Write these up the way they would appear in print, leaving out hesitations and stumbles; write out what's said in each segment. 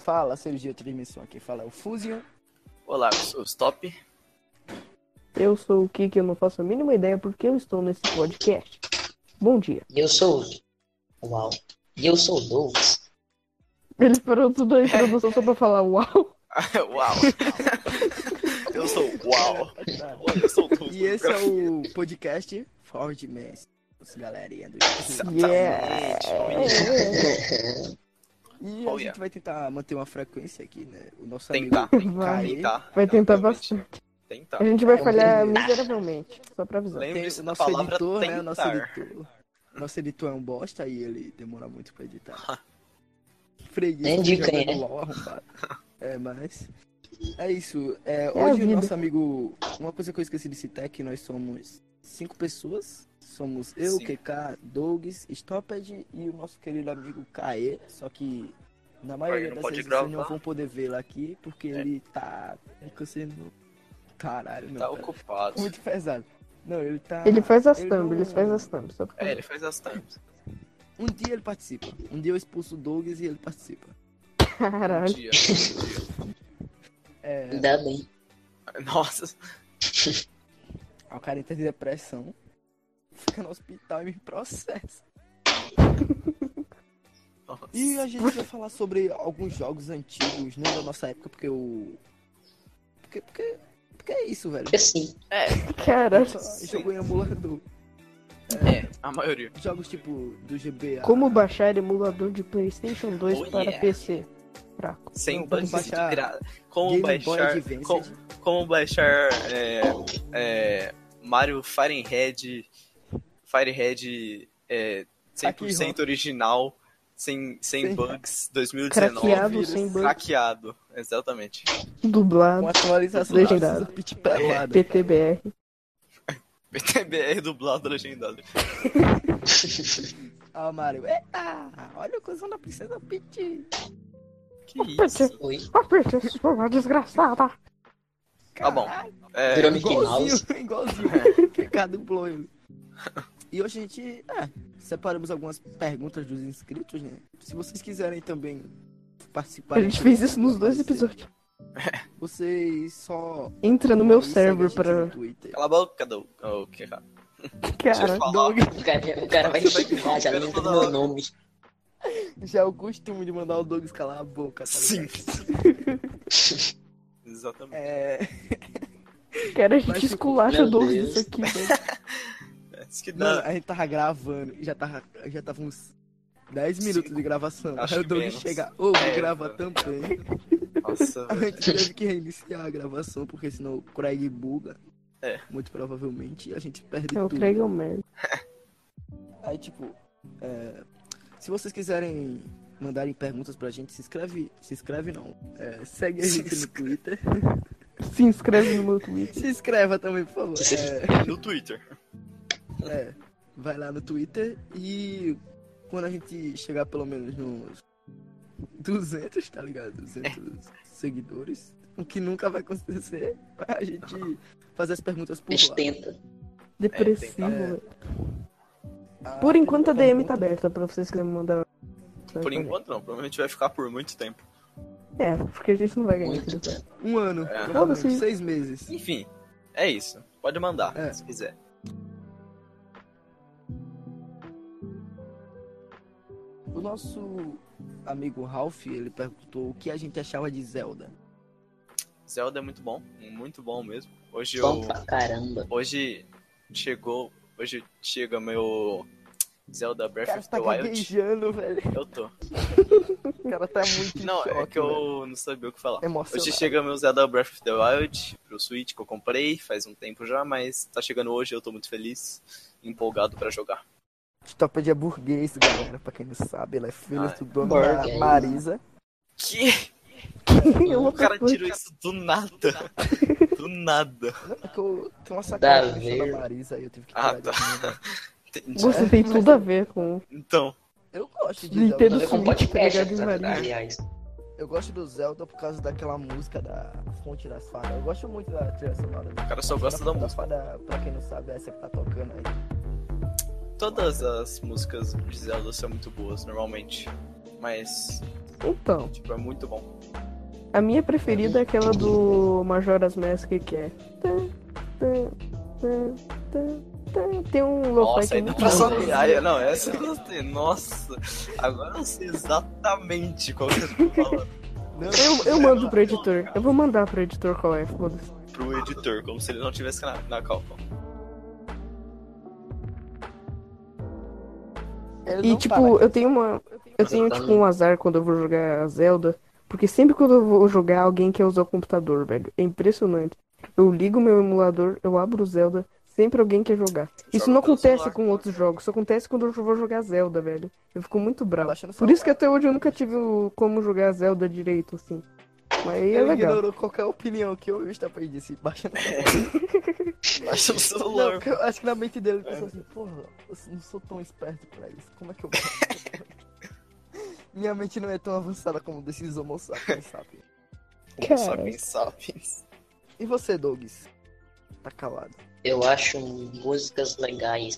Fala, seres de outra dimensão aqui. Fala, o Fusion. Olá, eu sou o Stop. Eu sou o Kiki, eu não faço a mínima ideia porque eu estou nesse podcast. Bom dia. E eu sou o... Uau. E eu sou o Douglas. Ele parou tudo a introdução só pra falar uau. Uau. Eu sou uau. Eu sou tudo. E esse é o podcast Ford Mess. Galerinha do Exatamente. E Oh, a gente yeah. vai tentar manter uma frequência aqui, né? O nosso Tentar. amigo Vai. Caê. Vai tentar realmente. bastante. Tentar. A gente vai falhar miseravelmente, só pra avisar. Lembre-se Tem o da nosso palavra editor, né? O tentar. nosso editor. Nosso editor é um bosta e ele demora muito pra editar. Freguês Nem dica, jogando né? LOL arrombado. Mas... É isso. a Hoje o vida. nosso amigo... Uma coisa que eu esqueci de citar é que nós somos 5 pessoas. Somos eu, Sim. QK, Douglas, Stopped e o nosso querido amigo Kaê. Só que na maioria não das pode vezes vocês não gravar. vão poder vê-lo aqui porque ele tá... sendo... Caralho, não. Tá cara. ocupado. Muito pesado. Não, ele tá... Ele faz as ele thumbs, não- ele faz as thumbs. Só pra... Ele faz as times. Um dia ele participa. Um dia eu expulso o Douglas e ele participa. Caralho. Dia. Ainda bem. Nossa. O cara entra de depressão, fica no hospital e me processa. Nossa. E a gente vai falar sobre alguns jogos antigos, não da nossa época, porque o... Porque é isso, velho. Porque sim. Caralho. Só jogo em emulador. A maioria. Jogos tipo do GBA. Como baixar emulador de PlayStation 2 Oh, para yeah. PC? Fraco. Sem Não, como bugs de baixar graça. Como Game Boy baixar. Advance. Como baixar Mario Firehead 100% original, sem Sem- bugs, 2019. Craqueado, vírus. sem bug, Craqueado, exatamente. dublado, Com atualização Legendado. da pitch pelada. PTBR. PTBR dublado legendado. Ah, Mario. Eita! Olha o cuzão da Princesa Peach. Que isso? Oi. Aperta sua desgraçada. Tá bom. Virou Mickey Mouse. Igualzinho. Que cada dublou ele. E hoje a gente, separamos algumas perguntas dos inscritos, né? Se vocês quiserem também participar... A gente fez isso nos 2 episódios. Vocês só... Entra no meu segue a server gente pra... no Twitter. Cala a boca, do. O que, cara? Cara, Dog. O cara vai xingar, já lembra do meu nome. Já é o costume de mandar o Douglas calar a boca, tá Sim. ligado? Exatamente. cara, a Mas, gente tipo, esculacha meu o Douglas Deus. isso aqui, velho. Isso que Mano, dá. a gente tava gravando e já tava uns 10 minutos Cinco. de gravação. Acho Aí o que Douglas menos. chega, vou gravar também. Nossa, A gente teve que reiniciar a gravação, porque senão o Craig buga. Muito provavelmente, e a gente perde É o tudo. Craig é um merda. Aí, tipo, se vocês quiserem mandarem perguntas pra gente, se inscreve não. Segue a gente no Twitter. Se inscreve no meu Twitter. Se inscreva também, por favor. no Twitter. Vai lá no Twitter e quando a gente chegar pelo menos nos 200, tá ligado? 200 seguidores, o que nunca vai acontecer, a gente fazer as perguntas por Mas lá. tenta. Depressivo, tentar. velho. Ah, Por enquanto a tem uma DM tá aberta pra vocês que mandar. Por enquanto não, provavelmente vai ficar por muito tempo. É, porque a gente não vai ganhar Muito isso. Um ano, É. provavelmente, Foda-se. 6 meses. Enfim, é isso. Pode mandar, se quiser. O nosso amigo Ralph, ele perguntou o que a gente achava de Zelda. Zelda é muito bom mesmo. Hoje Bom pra caramba. Hoje chega meu Zelda O Breath cara of tá the Wild. gaguejando, velho. Eu tô. O cara tá muito em Não, choque, é que eu não sabia o que falar. emocionado. Hoje chega meu Zelda Breath of the Wild pro Switch que eu comprei faz um tempo já, mas tá chegando hoje, eu tô muito feliz, empolgado pra jogar. Stopper é burguês, galera, pra quem não sabe, ele é filho do dono burguês. da Marisa. Que? O cara tirou isso do nada. Do nada. É que eu tenho uma Dá sacada a da ver. Marisa aí eu tive que Ah, tirar tá. de mim, né? Entendi. Você tem tudo a ver com. Então, Eu gosto de Nintendo Zelda. Com Switch, tá podcast, ligado, em Maria? aliás. Eu gosto do Zelda por causa daquela música da Fonte das Fadas. Eu gosto muito da trilha sonora. o cara só gosta da Fonte música. das Fadas, pra quem não sabe, é essa que tá tocando aí. Todas as músicas de Zelda são muito boas, normalmente. Mas Então, Tipo, é muito bom. a minha preferida é aquela do Majora's Mask, que é... Tem um lo-fi Nossa, que é aí dá muito pra bom. saber. Não, essa eu gostei. Nossa, agora eu sei exatamente qual que eu tô falando. Eu mando pro editor. Eu vou mandar pro editor qual é, foda-se. Pro editor, como se ele não tivesse na Capcom. Ele E não tipo, para. eu tenho tipo um azar quando eu vou jogar Zelda, porque sempre quando eu vou jogar alguém quer usar o computador, velho. É impressionante. Eu ligo meu emulador, eu abro o Zelda, sempre alguém quer jogar. Isso Joga não pelo acontece celular. com outros jogos, só acontece quando eu vou jogar Zelda, velho. Eu fico muito bravo. Baixa no Por isso que celular. até hoje eu nunca tive como jogar Zelda direito, assim. Mas aí é Ele legal. ignorou qualquer opinião que eu estava aí disse. Baixa no celular. Baixa o Não, celular. porque eu acho que na mente dele ele pensou assim, porra, eu não sou tão esperto pra isso. Como é que eu baixo? Minha mente não é tão avançada como desses homo sapiens, sabe? Cara. Sapiens. E você, Douglas? Tá calado. Eu acho músicas legais.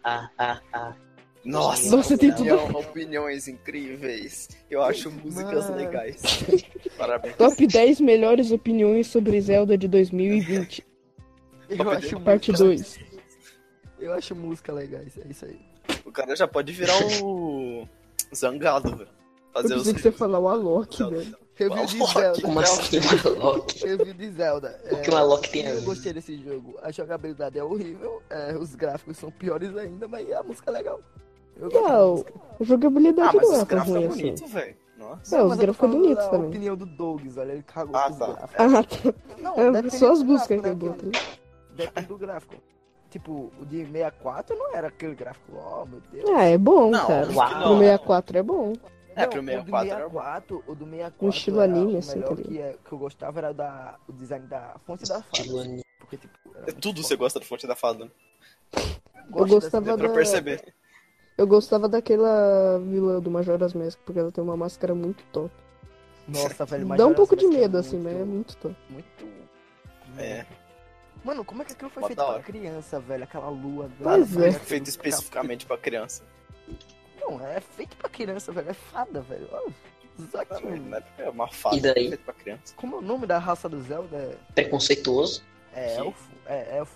Nossa, Nossa, tem tudo. opiniões incríveis. Eu acho músicas Mano. legais. Parabéns. Top 10 melhores opiniões sobre Zelda de 2020, Eu acho parte música- 2. Eu acho música legais, é isso aí. O cara já pode virar o Zangado, velho. Eu Fazer pensei os... que você ia falar o Alok, velho. Review de Alok. Zelda. Como assim, Alok? Review de Zelda. O que o Alok tem a Eu ver? gostei desse jogo. A jogabilidade é horrível, os gráficos são piores ainda, mas a música é legal. Eu gosto da Não, música. a jogabilidade Ah, mas não os é tão gráficos ruim é assim. bonito, velho. Nossa. É, os Mas eu tô gráficos falando bonitos da também. opinião do Douglas, olha, ele cagou Ah, pros tá. gráficos. Ah, tá. Não, É, depende só as do músicas que gráfico, eu né, boto. Depende do gráfico. Tipo, o de 64 não era aquele gráfico, oh meu Deus. Ah, é bom, Não, cara. uau. Pro 64 é bom. É, Não, pro o do 64 era bom. 64, o do 64 Um estilo era anime, o assim, melhor tá ligado? que eu gostava era o design da fonte da fada. Estilo anime. Porque, tipo, era muito Tudo foda. você gosta do Fonte da Fada. Gosto gostava Deu pra da- perceber. Eu gostava daquela vilã do Majora's Mask, porque ela tem uma máscara muito top. Nossa, velho, Dá um Majora's pouco de Mask é medo, assim, mas é muito top. Muito. É. Mano, como é que aquilo foi Mó feito da pra hora. criança, velho? Aquela lua. Pois velho, é. aquele Feito especificamente pra criança. Não, é feito pra criança, velho. É fada, velho. Ó, Zaquinho. Na época é uma fada E daí? feito pra criança. Como é o nome da raça do Zelda? Preconceituoso. É Que? elfo. É elfo.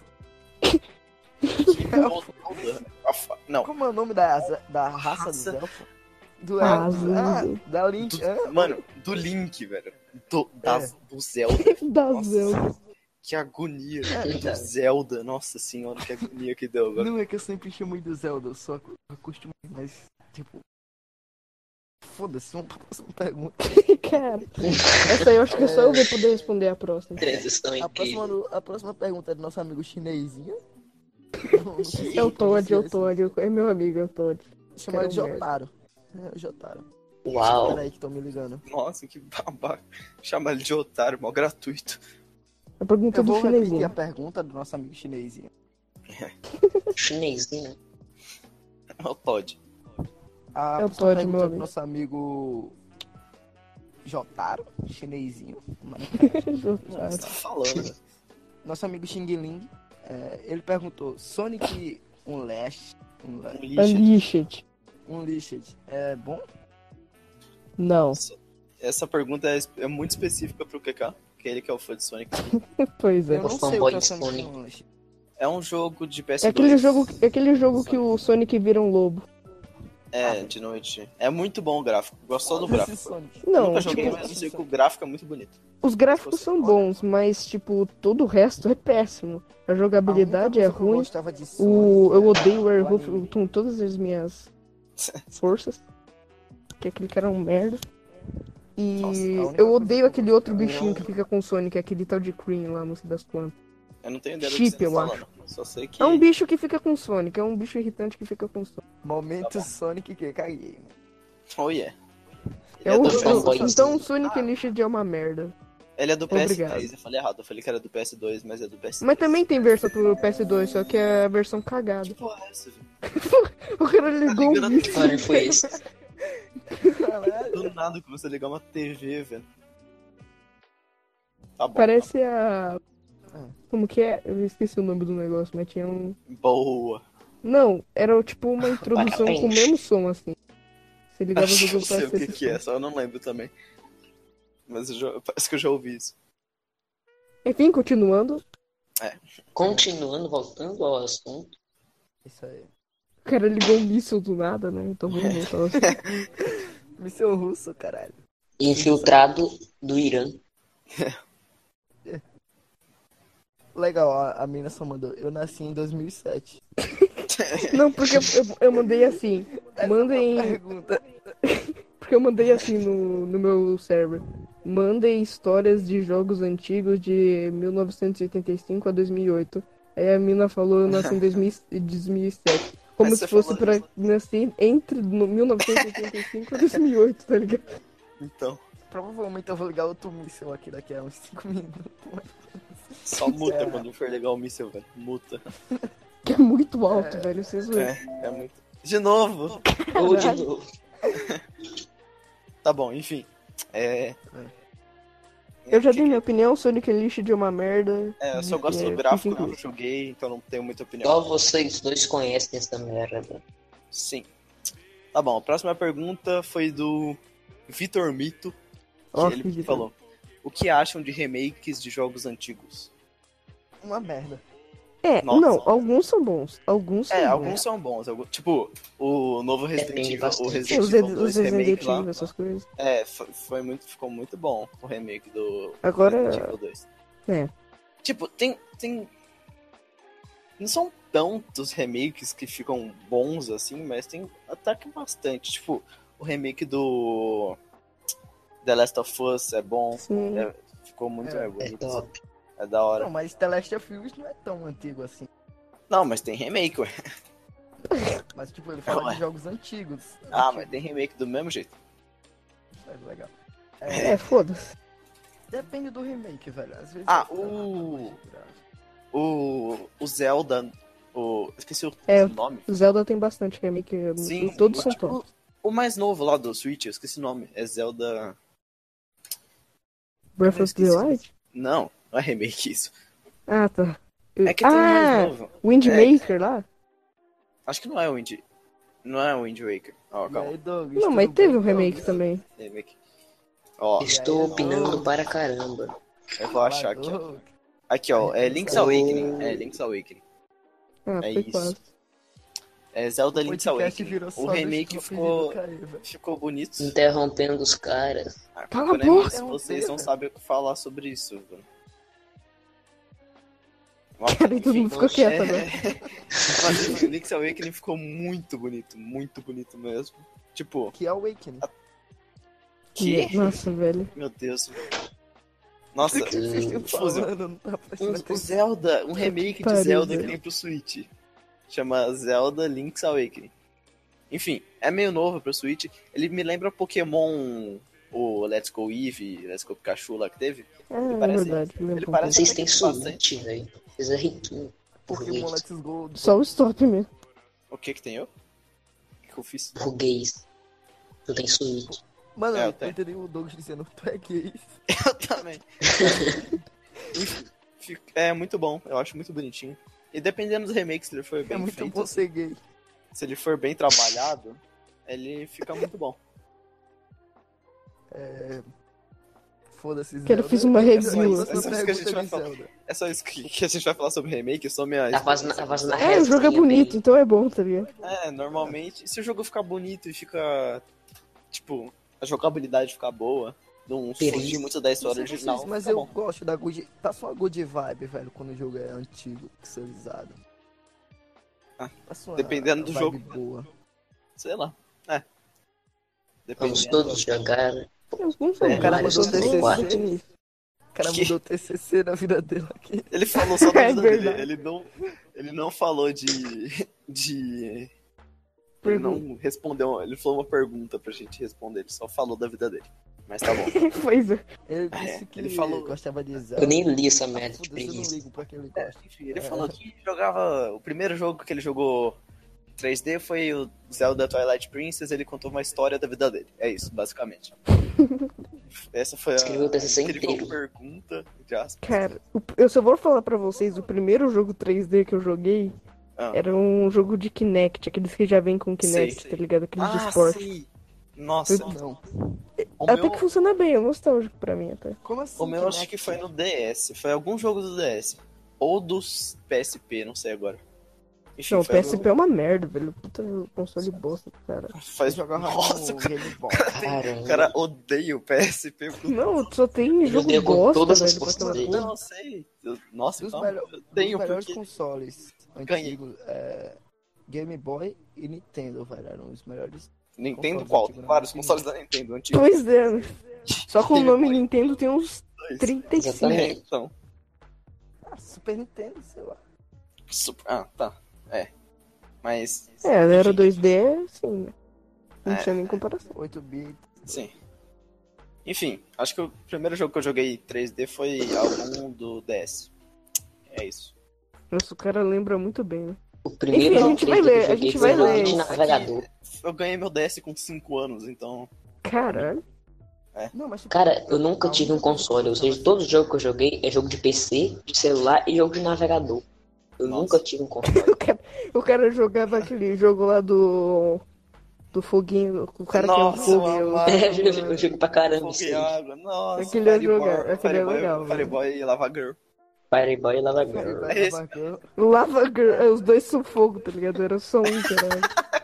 Não, Como é o nome da raça dos elfos? Do elfo. Raça. Da Link. mano, do Link, velho. Do Zelda. Da Nossa, Zelda. que agonia. É, Do cara. Zelda. Nossa senhora, que agonia que deu, velho. Não é que eu sempre chamei do Zelda, eu só acostumo, mas, tipo. Foda-se, vamos pra próxima pergunta. Cara, essa aí eu acho que é só eu vou poder responder a próxima. Transição A incrível. próxima pergunta é do nosso amigo chinesinho. É o Todd, é meu amigo, é o Todd. Chama ele de Quero merda. Jotaro. É o Jotaro. Uau. Pera aí que estão me ligando. Nossa, que babaca. Chama ele de otário, mal gratuito. A pergunta Eu do vou repetir a chinesinho. pergunta do nosso amigo chinesinho. Chinesinho. É o Todd. A É o próxima Todd, pergunta meu do amigo. nosso amigo Jotaro, chinesinho. O que você tá falando, velho? Nosso amigo Xing Ling, ele perguntou: Sonic Unleashed, Lixo. Unleashed. é bom? Não. Essa pergunta é muito específica pro QK, que ele que é o fã de Sonic. Pois é. Eu não sei o fanboy que é de Sonic Sonic. Unleashed. É um jogo de PS2. É aquele jogo que o Sonic vira um lobo. É, de noite. É muito bom o gráfico. Gostou do Foda-se, gráfico? Sonic. Eu Não, nunca joguei, tipo, mas eu sei que o gráfico é muito bonito. os gráficos são bons, mas, tipo, todo o resto é péssimo. A jogabilidade é A única coisa que eu ruim. gostava de Sonic Eu era odeio o o Werewolf anime. com todas as minhas forças. Que aquele cara é um merda. E Nossa, a única eu coisa que odeio eu aquele outro gostava- bichinho que fica com o Sonic, aquele tal de Cream lá, não sei das quantas. Eu não tenho ideia do Chip, que você tá eu falando. Só sei que... É um bicho que fica com o Sonic, é um bicho irritante que fica com o Sonic. Momento Sonic que caguei. Oh, yeah. É Ele é o, do fanboy. então o Sonic Unleashed é uma merda. Ele é do PS3, Obrigado. eu falei errado. Eu falei que era do PS2, mas é do PS3. Mas também tem versão pro PS2, só que é a versão cagada. Que porra é essa, velho? O cara ligou ligando o a bicho. Que barulho foi esse? Do nada que você ligar uma TV, velho. Tá bom. Parece a... Como que é? Eu esqueci o nome do negócio, mas tinha um... Boa. Não, era tipo uma introdução com o mesmo som, assim. Você ligava o Acho que jogo eu sei pra o que assistir. que é, só eu não lembro também. Mas parece que eu já ouvi isso. Enfim, continuando. Continuando, voltando ao assunto. Isso aí. O cara ligou um míssil do nada, né? Então vamos voltar ao assunto. Míssil russo, caralho. Infiltrado do Irã. Legal, a mina só mandou. Eu nasci em 2007. Não, porque eu mandei assim. Essa Mandem. pergunta. Porque eu mandei assim no meu server. Mandem histórias de jogos antigos de 1985 a 2008. Aí a mina falou, eu nasci em 2007. Como Mas se você fosse falou pra isso. nascer entre 1985 e 2008, tá ligado? Então, Provavelmente eu vou ligar outro míssil aqui daqui a uns 5 minutos. só muta quando for ligar o míssil, velho. Muta. Que é muito alto, velho. Vocês veem. É muito. De novo! Ou de Caralho. novo. Tá bom, enfim. Eu já dei minha opinião, Sonic Unleashed de uma merda. Eu só gosto do fiquem gráfico, com eu isso. joguei, então não tenho muita opinião. Só vocês dois conhecem essa merda. Sim. Tá bom, a próxima pergunta foi do Vitor Mito, que Ó, ele Vitor. falou: o que acham de remakes de jogos antigos? Uma merda. É, Nossa. não, alguns são bons. Alguns são bons. Alguns são bons. Tipo, o novo Resident Depende Evil, o bastante. Resident Os Evil 2 Resident remake lá. Evil, essas coisas. Ficou muito bom o remake do Agora- Resident Evil 2. É. Tipo, tem. Não são tantos remakes que ficam bons assim, mas tem até que bastante. Tipo, o remake do The Last of Us é bom. Sim. Ficou muito É bonito. top. É da hora. Não, mas The Last of Us não é tão antigo assim. Não, mas tem remake, ué. Mas tipo, ele fala Ué. de jogos antigos. Mas tem remake do mesmo jeito. É legal. É, foda-se. Depende do remake, velho. Às vezes. O Zelda. Esqueci o É, nome. Zelda tem bastante remake. Sim, Todos são tipo, top. o mais novo lá do Switch, eu esqueci o nome. É Zelda. Breath eu of the esqueci. Wild? Não é remake isso. Ah, tá. É que tem um mais novo. Wind É, Waker lá? Acho que não é o Wind. Não é o Wind Waker. Ó, E calma. aí, Doug, Não, mas tudo teve bem, um remake Doug? também. Remake. Ó, Estou opinando para caramba. eu vou achar aqui, ó. Doug. Aqui, ó. É Link's Awakening. É Link's Awakening. Ah, É foi isso. quase. É Zelda O Link's podcast Awakening. virou O só remake dos top ficou, do Caio, velho. ficou bonito. Interrompendo os caras. Cala a Né, boca! mas vocês não sabem o que falar sobre isso. Velho. Cara, e todo mundo ficou quieto É. agora. Mas o Link's Awakening ficou muito bonito mesmo. Tipo, Que é o Awakening. que? Nossa, velho. Meu Deus. Nossa, O que vocês estão Fusio, falando? Não tá prestando o atenção. Zelda, um remake de pariu, Zelda que velho. tem pro Switch. Chama Zelda Link's Awakening. Enfim, é meio novo pro Switch. Ele me lembra Pokémon, o Let's Go Eevee, Let's Go Pikachu lá que teve. Ah, é parece- verdade. lembra ele um parece- Vocês têm Bastante. Switch, velho. Vocês é riquinho. Pokémon Let's Go. pouco. Só o stop mesmo. O que tem eu? O que eu fiz? Burguês. Tu tem Switch. Mano, É, eu eu tenho. entendi o Douglas dizendo, tu é gay. Eu também. Enfim, é muito bom, eu acho muito bonitinho. E dependendo dos remakes, se ele for É bem muito feito, bom ser gay. se ele for bem trabalhado, ele fica muito bom. Foda-se, Que ele Zelda. fez uma review. Essa Essa que a gente pergunta vai de falar. Zelda. É só isso que a gente vai falar sobre remake, só minha Tá fazendo a É, o jogo é resenha bonito, bem- então é bom, tá ligado? normalmente, se o jogo ficar bonito e fica, tipo, a jogabilidade ficar boa, não Feliz. fugir muito da história Não sei original, vocês, mas fica eu bom. gosto da good... Passa uma good vibe, velho, quando o jogo é antigo, pixelizado. Ah, Passa uma dependendo do vibe jogo. boa. Sei lá, Vamos dependendo. todos jogar. Alguns são É, bons, cara, mas mandou outros TCC. não batem nisso. O cara Que? mudou TCC na vida dele aqui. Ele falou só da É vida dele, verdade. ele não falou de... Ele não respondeu, ele falou uma pergunta pra gente responder, ele só falou da vida dele. Mas tá bom. Pois é. Ele disse que ele falou- gostava de Zelda. Eu nem li essa merda de Foda-se, eu não preguiça. ligo pra quem ele gosta. Enfim, ele falou que jogava. O primeiro jogo que ele jogou 3D foi o Zelda Twilight Princess. Ele contou uma história da vida dele. É isso, basicamente. Essa foi a Escreveu o TCC incrível inteiro. pergunta de aspas. Cara, eu só vou falar pra vocês, o primeiro jogo 3D que eu joguei Ah. era um jogo de Kinect, aqueles que já vem com Kinect, Sei. tá ligado? Aqueles de Ah, esporte. sim. Nossa, Não. o Até meu, que funciona bem, é nostálgico pra mim até. Como assim? o meu acho que foi no DS. Foi algum jogo do DS. Ou dos PSP, não sei agora. Enfim, Não, o foi PSP é uma merda, velho. Puta console bosta, cara. Eu faz... jogava Nossa, no o Game Boy. Caramba. cara odeia o PSP. Não, só tem Eu jogo odeio com bosta, todas as velho, pra aquela forças porra. Não, eu sei. Nossa, Dos, calma. melhor, Eu dos tenho melhores porque... consoles Ganhei. antigos, Game Boy e Nintendo, velho. Eram os melhores. Nintendo Consoles qual? antigos, né? Vários consoles da Nintendo antigos. Pois é, só com o nome Nintendo tem uns Dois. 35. Exatamente. Então. Ah, Super Nintendo, sei lá. Ah, tá. É. Mas. É, ela era enfim, 2D, sim, né? Não É. tinha nem comparação. 8 bits. Sim. Enfim, acho que o primeiro jogo que eu joguei 3D foi algum do DS. É isso. Nossa, o cara lembra muito bem, né? O primeiro Enfim, a jogo gente vai 3D que ler, eu a joguei gente foi vai jogo ler de isso navegador. Eu ganhei meu DS com 5 anos, então. Caralho. Não, mas tipo, Cara, eu nunca tive um console, ou seja, todos os jogos que eu joguei é jogo de PC, de celular e jogo de navegador. Eu Nossa. nunca tive um console. O cara jogava aquele jogo lá do foguinho, o cara que é um Nossa, fogo. eu eu- amava. Eu jogo pra caramba Fogo isso e aí. água. Nossa, Aquele é Fireboy, jogar- aquele é legal, velho. Fireboy e Lava Girl. Fireboy e Lava Girl. É esse. Lava Girl, os dois são fogo, tá ligado? Era só um, caralho.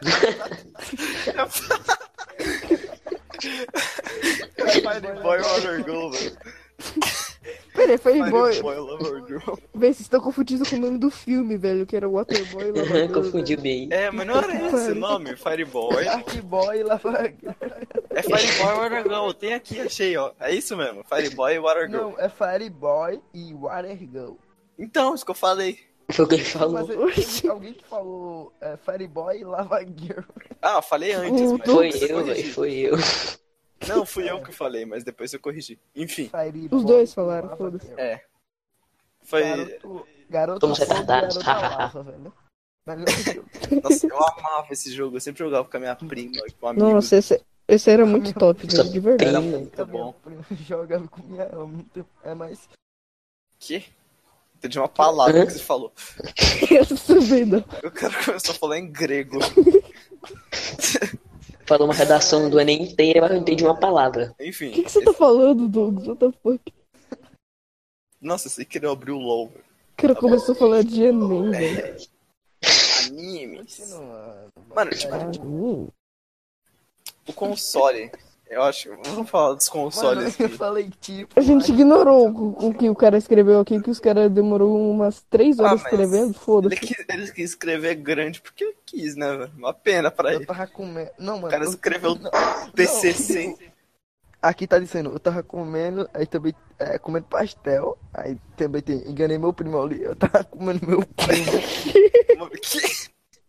Fireboy e Water Girl, velho. Pera aí, Fireboy. Fireboy e Lava Girl. Véi, vocês estão confundindo com o nome do filme, velho, que era Waterboy e Lava Girl. Confundiu velho. bem. É, mas não era esse o nome. Fireboy. Shark Boy e Lava É Fireboy e Water Girl. Tem aqui, achei, ó. É isso mesmo. Fireboy e Water Girl. Não, é Fireboy e Water Girl. Então, isso que eu falei. Foi o que ele Mas falou. teve alguém que falou Fireboy e Lava Girl. Ah, eu falei antes, mas Foi depois eu, corrigi. velho, foi eu. Não, fui eu que falei, mas depois eu corrigi. Enfim, Fireboy Os dois e falaram, Lava foda-se. Girl. é. Foi. Garoto Somos fogo e retardados. garota lava, velho. Melhor jogo. Nossa, eu amava esse jogo. Eu sempre jogava com a minha prima, com amigos. Nossa, esse era muito top, velho, de Era verdade. muito bom. Jogava com minha ela muito. É mais. Que? Entendi uma palavra que você falou. Eu também não. O cara começou a falar em grego. Falou uma redação do Enem inteira, mas eu não entendi uma palavra. Enfim. O que você tá falando, Douglas? What the fuck? Nossa, eu sei que ele abriu o LOL. velho. O cara começou a falar de Enem, velho. Animes. Continuando. Mano, tipo, Ah, o console. Eu acho. Vamos falar dos Mano, consoles eu aqui. falei tipo. A gente ignorou o que o cara escreveu aqui, que os caras demorou umas 3 horas mas escrevendo, Ele foda-se. quis escrever grande porque ele quis, né, velho? Uma pena pra Eu ele. tava comendo. Não, mano. O cara eu- escreveu não, TCC. Aqui tá dizendo, eu tava comendo, aí também comendo pastel, aí também tem, enganei meu primo ali, eu tava comendo meu primo. Mano, que?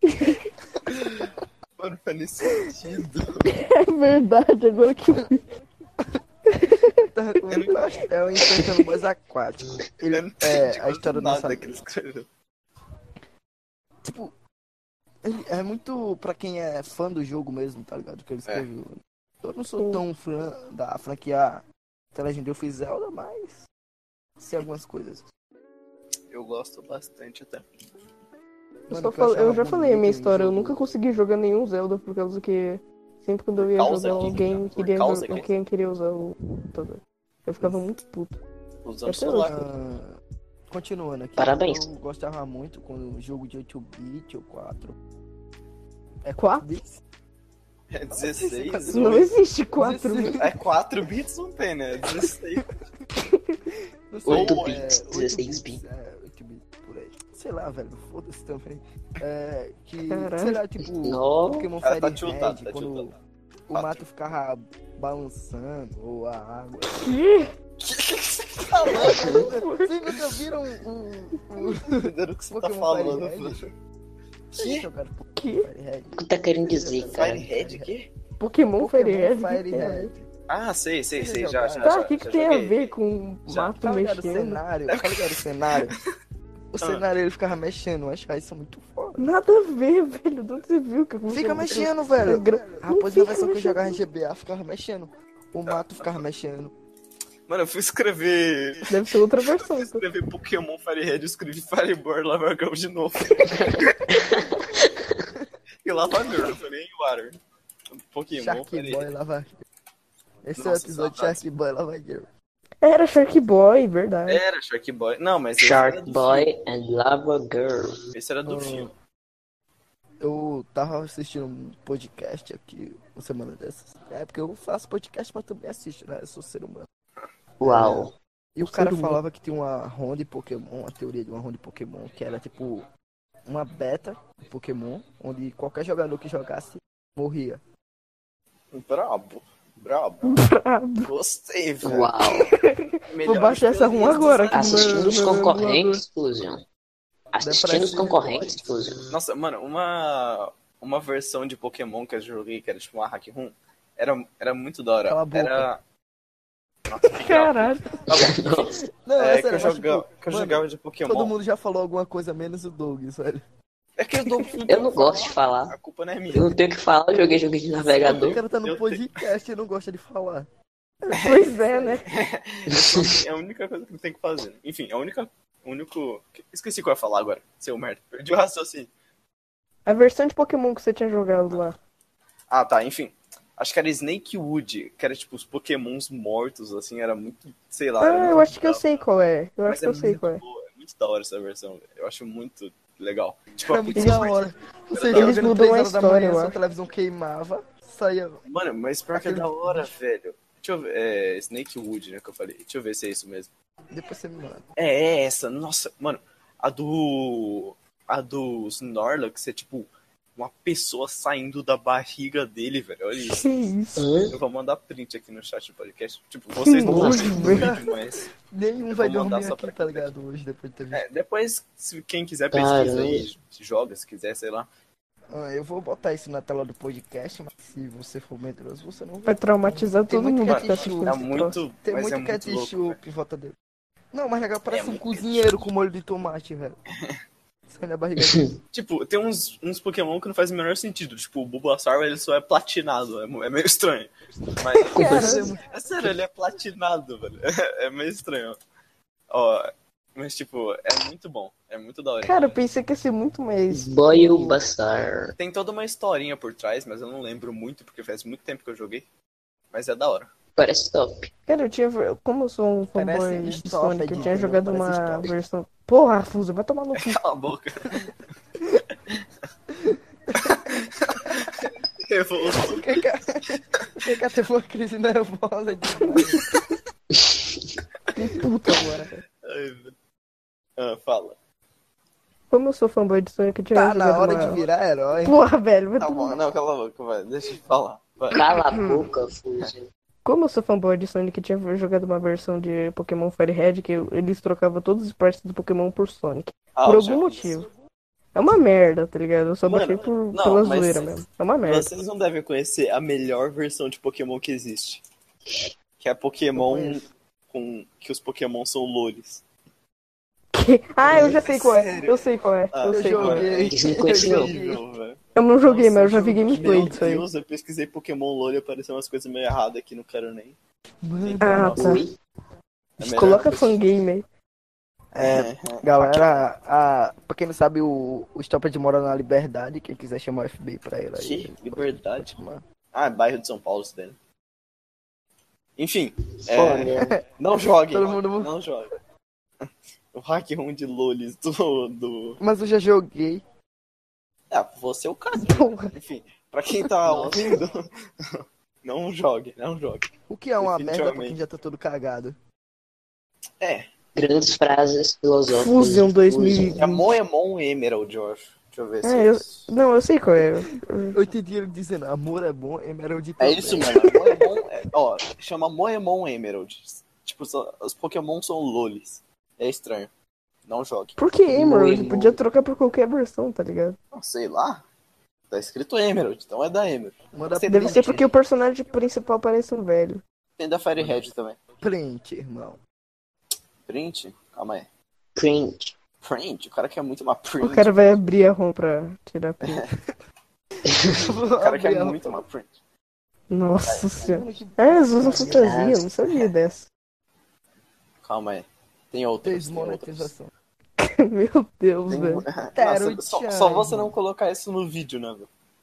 Mano, faz nem sentido. É verdade, agora que eu vi. Eu tava comendo pastel e enfrentando bois aquáticos. Ele, Eu não entendi a história do nosso nada amigo. que ele escreveu. Tipo, ele é muito pra quem é fã do jogo mesmo, tá ligado? Que ele escreveu. Eu não sou tão fã da franquia The Legend of Zelda, mas sei algumas coisas. Eu gosto bastante até. Mano, Eu já falei a minha em história, eu jogo- nunca consegui jogar nenhum Zelda por causa que sempre quando eu ia Causa jogar que- alguém por queria, causa que- alguém queria usar o computador. Eu ficava muito puto. Usando Até celular. Continuando aqui. Parabéns. Eu gostava muito quando o jogo de 8-bit ou 4. É 4? bits? É 16. Não existe 4 16. É 4 bits não tem, né? É 16. Não sei, 8 é, bits, 8 16 bits. É, 8 bits por aí. Sei lá, velho, foda-se também. Que, Caralho. sei lá, tipo, Nossa. Pokémon Ela tá Fire tiltada, Red, tá quando tiltada. o mato ficava balançando, ou a água. Que você tá falando? Vocês nunca viram Entendendo o que você tá Pokémon falando, Fire Red? mano. Vocês jogaram Pokémon Que? Fire Red? O que tá querendo dizer, cara? Firehead aqui? Pokémon Fire Red? Fire que tem a Red. ver? Ah, sei, já. Tá, Tá, o que já tem a joguei. ver com Já. mato Tá ligado o mexendo? cenário? Tá ligado o cenário? O cenário ele ficava mexendo, eu achava isso muito foda. Nada a ver, velho. De onde você viu que Fica mexendo, velho. Não Rapaz, na fica versão que eu mexendo. jogava em GBA, ficava mexendo. O mato ficava mexendo. Mano, eu fui escrever. Deve ser outra versão. Fui então. escrever Pokémon Firehead, eu escrevi Fireball Lava Girl de novo. E Lava Girl, eu falei em Water. Pokémon, Shark peraí. Boy Lava Girl. Esse é o Nossa, episódio de saudades. Shark Boy Lava Girl. Era Shark Boy, verdade. Era Shark Boy. Não, mas esse era Shark do Boy filme. and Lava Girl. Esse era do filme. Eu tava assistindo um podcast aqui uma semana dessas. É porque eu faço podcast, mas também assisto, né? Eu sou ser humano. Uau. E o Ser cara humano. falava que tinha uma ROM de Pokémon, uma teoria de uma ROM de Pokémon, que era tipo uma beta de Pokémon, onde qualquer jogador que jogasse morria. Brabo. Brabo. Gostei, velho. Uau. Vou baixar essa ROM agora. aqui no Assistindo meu- os no meu concorrentes, Fusion. Assistindo os assistir concorrentes, depois. Fusion. Nossa, mano, uma versão de Pokémon que eu joguei, que era tipo uma hack room, era muito da hora. Cala a boca. Era. Nossa, que grau. Caralho. Tá bom. Nossa. Não, É, é sério, que eu mas, jogava, tipo, que eu mano, jogava de Pokémon. todo mundo já falou alguma coisa menos o Doug, sério. É que eu dou Eu não gosto de falar. A culpa não é minha. Eu não tenho o que falar, eu joguei jogo de O navegador. cara tá no Eu podcast e não gosta de falar. Pois é, né? É a única coisa que eu tenho que fazer. Enfim, o único. Esqueci o que eu ia falar agora. Seu merda. Perdi o raciocínio. A versão de Pokémon que você tinha jogado lá. Ah, tá, enfim. Acho que era Snake Wood, que era tipo os Pokémons mortos, assim, era muito. Sei lá. era Ah, muito eu acho que eu legal. sei qual é. Eu Mas acho que eu sei muito qual é. boa, é muito da hora essa versão, velho. Eu acho muito legal. Tipo, Era muito Eles- da hora. Você eles jogando mudam 3 a horas da história, manhã, eu sua acho. televisão queimava, saía. mano, mas pior que é Aquele da hora, bicho. velho. Deixa eu ver. É Snake Wood, né, que eu falei. Deixa eu ver se é isso mesmo. Depois você me manda. É essa. Nossa, mano. A do Snorlax é tipo uma pessoa saindo da barriga dele, velho. Olha isso. Que isso? Eu vou mandar print aqui no chat do podcast. Tipo, vocês não vão nojo, ver no velho. vídeo, mas. Nenhum Eu vai vou mandar dormir só aqui, pra tá quem tá ligado? Hoje, depois de ter visto. É, depois, se quem quiser, pesquisa Caramba. aí. Se joga, se quiser, sei lá. Eu vou botar isso na tela do podcast, mas se você for medroso, você não Vai vai. traumatizar Tem todo muito mundo que tá ketchup. assistindo É esse troço. muito. Tem mas muito é muito louco, ketchup em volta dele. Não, mas legal, parece um muito cozinheiro com molho de tomate, velho. Sai na barriga dele. Tipo, tem uns Pokémon que não faz o menor sentido. Tipo, o Bulbasaur, ele só é platinado. É meio estranho. Mas, Caramba. é sério, ele é platinado, velho. É meio estranho. Ó, mas, tipo, é muito bom. É muito da hora. Cara, eu pensei que ia ser muito mais. Bulbasaur. Tem toda uma historinha por trás, mas eu não lembro muito, porque faz muito tempo que eu joguei. Mas é da hora. Parece top. Cara, eu tinha. Como eu sou um fanboy Parece de stop, Sonic, eu tinha entendeu? jogado Parece uma stop. versão. Porra, Fuso, vai tomar no cu. Cala a boca. Revolto. O que teve uma crise nervosa demais. Que puta agora, cara. Ai, velho. Ah, fala. Como eu sou fanboy de Sonic, eu tinha Tá jogado na hora uma. de virar herói. Porra, velho, vai Tá tomar. bom, não, cala a boca, vai. Deixa eu falar. Vai. Cala a boca, Fusion. Como eu sou fanboy de Sonic, eu tinha jogado uma versão de Pokémon Fire Red que eles trocavam todos os partes do Pokémon por Sonic. Ah, Por eu algum já vi motivo. É uma merda, tá ligado? Eu só Mano, baixei não, pela mas zoeira mesmo. É uma merda. Vocês não devem conhecer a melhor versão de Pokémon que existe. Que é Eu Pokémon conheço. com que os Pokémon são loures. Ah, eu já sei qual é. Sério? Eu sei qual é. Ah, Eu Eu sei qual é. joguei. Isso não Eu conhecia, não. joguei. Horrível, velho. Eu não joguei, Nossa, mas eu já vi eu joguei. gameplay Meu disso aí. Deus, eu pesquisei Pokémon Lore e apareceu umas coisas meio erradas aqui, não quero nem. Mano, Ah, tá. Oi? É melhor Coloca que- fangame aí. galera, pra quem não sabe, o Stoppard mora na Liberdade. Quem quiser chamar o FBI pra ele aí. Que liberdade. Mano. Ah, é bairro de São Paulo, isso daí. Enfim, Olha, não joguem. Todo mundo- Não joguem. O hack room de lolis do. Mas eu já joguei. Ah, você é o cara. Porra. Enfim, pra quem tá ouvindo, não jogue, não jogue. O que é uma merda pra Definitivamente. quem já tá todo cagado? É, grandes frases filosóficas. Fusion de 2000. é Moemon Emerald, eu acho. Deixa eu ver se É, é eu... isso. Não, eu sei qual é. Eu entendi ele dizendo, amor é bom, Emerald É também. isso, mano. Moemon, ó, chama Moemon Emerald. Tipo, os Pokémon são lolis. É estranho. Não jogue. Por que Emerald? Muito. Podia trocar por qualquer versão, tá ligado? Não sei lá. Tá escrito Emerald, então é da Emerald. Manda Você Deve tem- ser porque o personagem principal parece um velho. Tem da Fire Red também. print, irmão. Print? Calma aí. Cringe. Print? O cara quer muito uma print. O cara vai abrir a ROM pra tirar print. O cara quer muito uma print. Nossa senhora. Ah, eles usam fantasia, eu não sabia dessa. Calma aí. Tem outras. Tem outras. Desmonetização. Meu Deus, Tem... velho. Nossa, Taruchan, só você não colocar isso no vídeo, né, velho?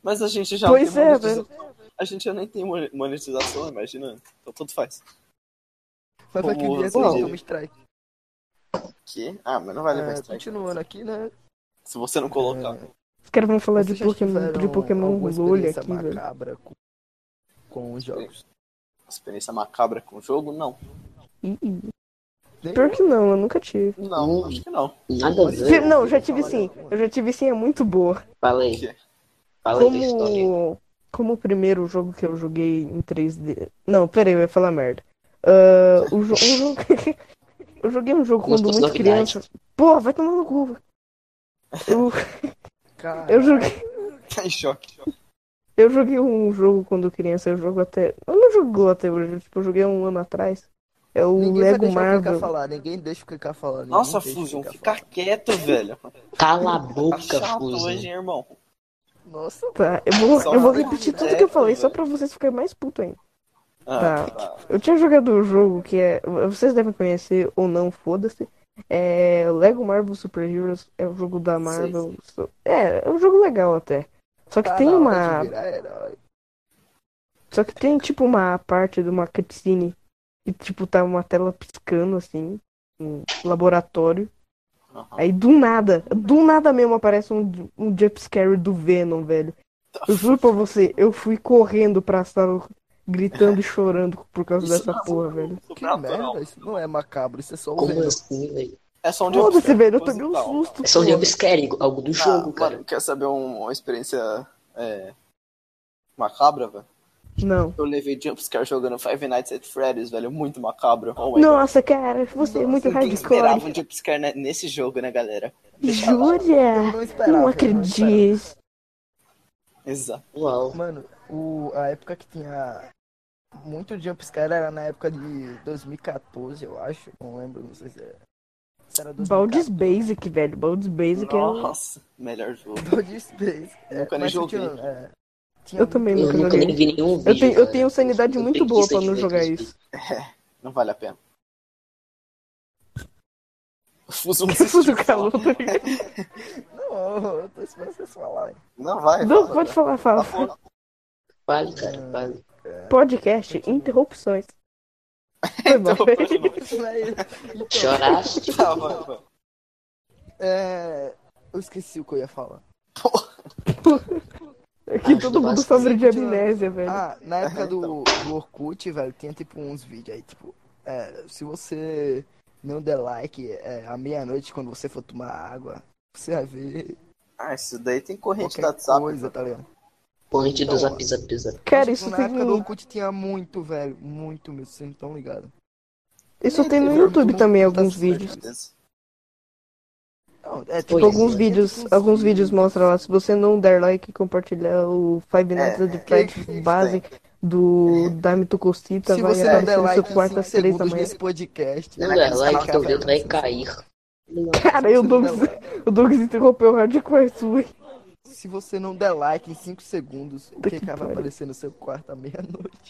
Mas a gente já Pois tem é, monetização. velho. A gente já nem tem monetização, imagina. Então tanto faz. Mas vai que Como vier você com diz. toma strike. Que? Ah, mas não vai levar É, strike. continuando aqui, né? Se você não colocar. Os caras vão falar de Vocês já tiveram Pokémon alguma LOL experiência aqui, velho. macabra com os jogos? Experiência macabra com o jogo? Não. Ih, Nem pior que não, eu nunca tive. Não, acho que não. Nada a ver. Não, já tive sim. Eu já tive sim, é muito boa. Fala aí. Que? Fala aí da história. Como o primeiro jogo que eu joguei em 3D. Não, pera aí, eu ia falar merda. Um jogo. Eu joguei um jogo Como se quando fosse muito novidade. criança. Pô, vai tomar no cu. Eu, Cara, eu joguei. Tá em choque. Eu joguei um jogo quando criança, eu jogo até. Eu não jogo até hoje, tipo, eu joguei há um ano atrás. É o ninguém vai Lego deixar o KK Marvel. falar. Ninguém deixa o KK falar. ninguém Nossa, deixa o Fusion, KK fica falar. quieto, velho. Cala a Tá boca, chato Fuso. hoje, hein, irmão. Nossa, Tá, Só eu vou fica repetir tudo quieto, que eu falei, só velho. pra vocês ficarem mais putos ainda. Ah, Tá. Eu tinha jogado um jogo que é. Vocês devem conhecer ou não, foda-se. É Lego Marvel Super Heroes. É um jogo da Marvel. É um jogo legal até. Só que tá tem na hora uma. de virar herói. Só que tem tipo uma parte de uma cutscene que tipo tá uma tela piscando assim. Um laboratório. aham. Aí do nada mesmo aparece um jumpscare do Venom, velho. Eu juro pra você, eu fui correndo pra sala, gritando e chorando por causa Isso dessa não, porra, velho. Que Sobrenatural. merda, isso não é macabro, isso é só o Como Venom. assim, velho? É só um Foda-se, jumpscare velho, eu tomei um proposital. susto, É só um porra. jumpscare, algo do jogo, cara. Mano, quer saber uma experiência macabra, velho? Não. Eu levei jumpscare jogando Five Nights at Freddy's, velho. Muito macabro. Oh my God. Nossa, cara, você é muito Ninguém esperava um hardcore. jumpscare nesse jogo, né, galera? Deixa lá. Eu Jura? não esperava. Não eu não acredito. Exato. Uau. Mano, a época que tinha muito jumpscare era na época de 2014, eu acho. Não lembro, não sei se era Baldur's 2014. Basic, velho. Baldur's Basic é um... Nossa, melhor jogo. Baldur's Basic. Nunca nem mas joguei. Eu também Eu nunca nunca joguei. nem vi nenhum Eu vídeo. tenho, eu cara. tenho sanidade Eu muito boa preguiça pra de não ver jogar aqueles isso. Não vale a pena. O Fuso não Que fuso desistiu. calor, tá ligado? Não, eu tô esperando vocês falarem. Não vai. Não, fala. pode falar, fala. Tá bom. Vale, cara, vale. Podcast, interrupções. Foi mal. Então, Choraste? Tá, vai. eu esqueci o que eu ia falar. Aqui todo mundo bastante. sofre de amnésia, velho. Ah, na época do Orkut, velho, tinha tipo uns vídeos aí, tipo, se você não der like à meia-noite quando você for tomar água, você vai ver Ah, isso daí tem corrente qualquer da WhatsApp. coisa, tá ligado? Corrente do Então, zap zap zap. Cara, Tipo, isso na tem época do Orkut tinha muito, velho, muito mesmo, vocês não estão ligados. Isso tem no Muito YouTube bom, também, tá alguns certo. vídeos. Não, Tipo, Pois alguns é. vídeos, alguns vídeos mostram lá, se você não der like e compartilhar o Five Nights at Freddy's que base do Dame Tu Cosita, Se vai você não der aparecer no seu like em quarto 5 às 3 da segundos manhã. nesse podcast, Não É dá naquele like, canal teu que dedo vai cair. Cara, Se o você Douglas, não der o Douglas interrompeu o hardcore sua. Se você não der like em 5 segundos, o Puta que que vai pariu. aparecer no seu quarto à meia-noite?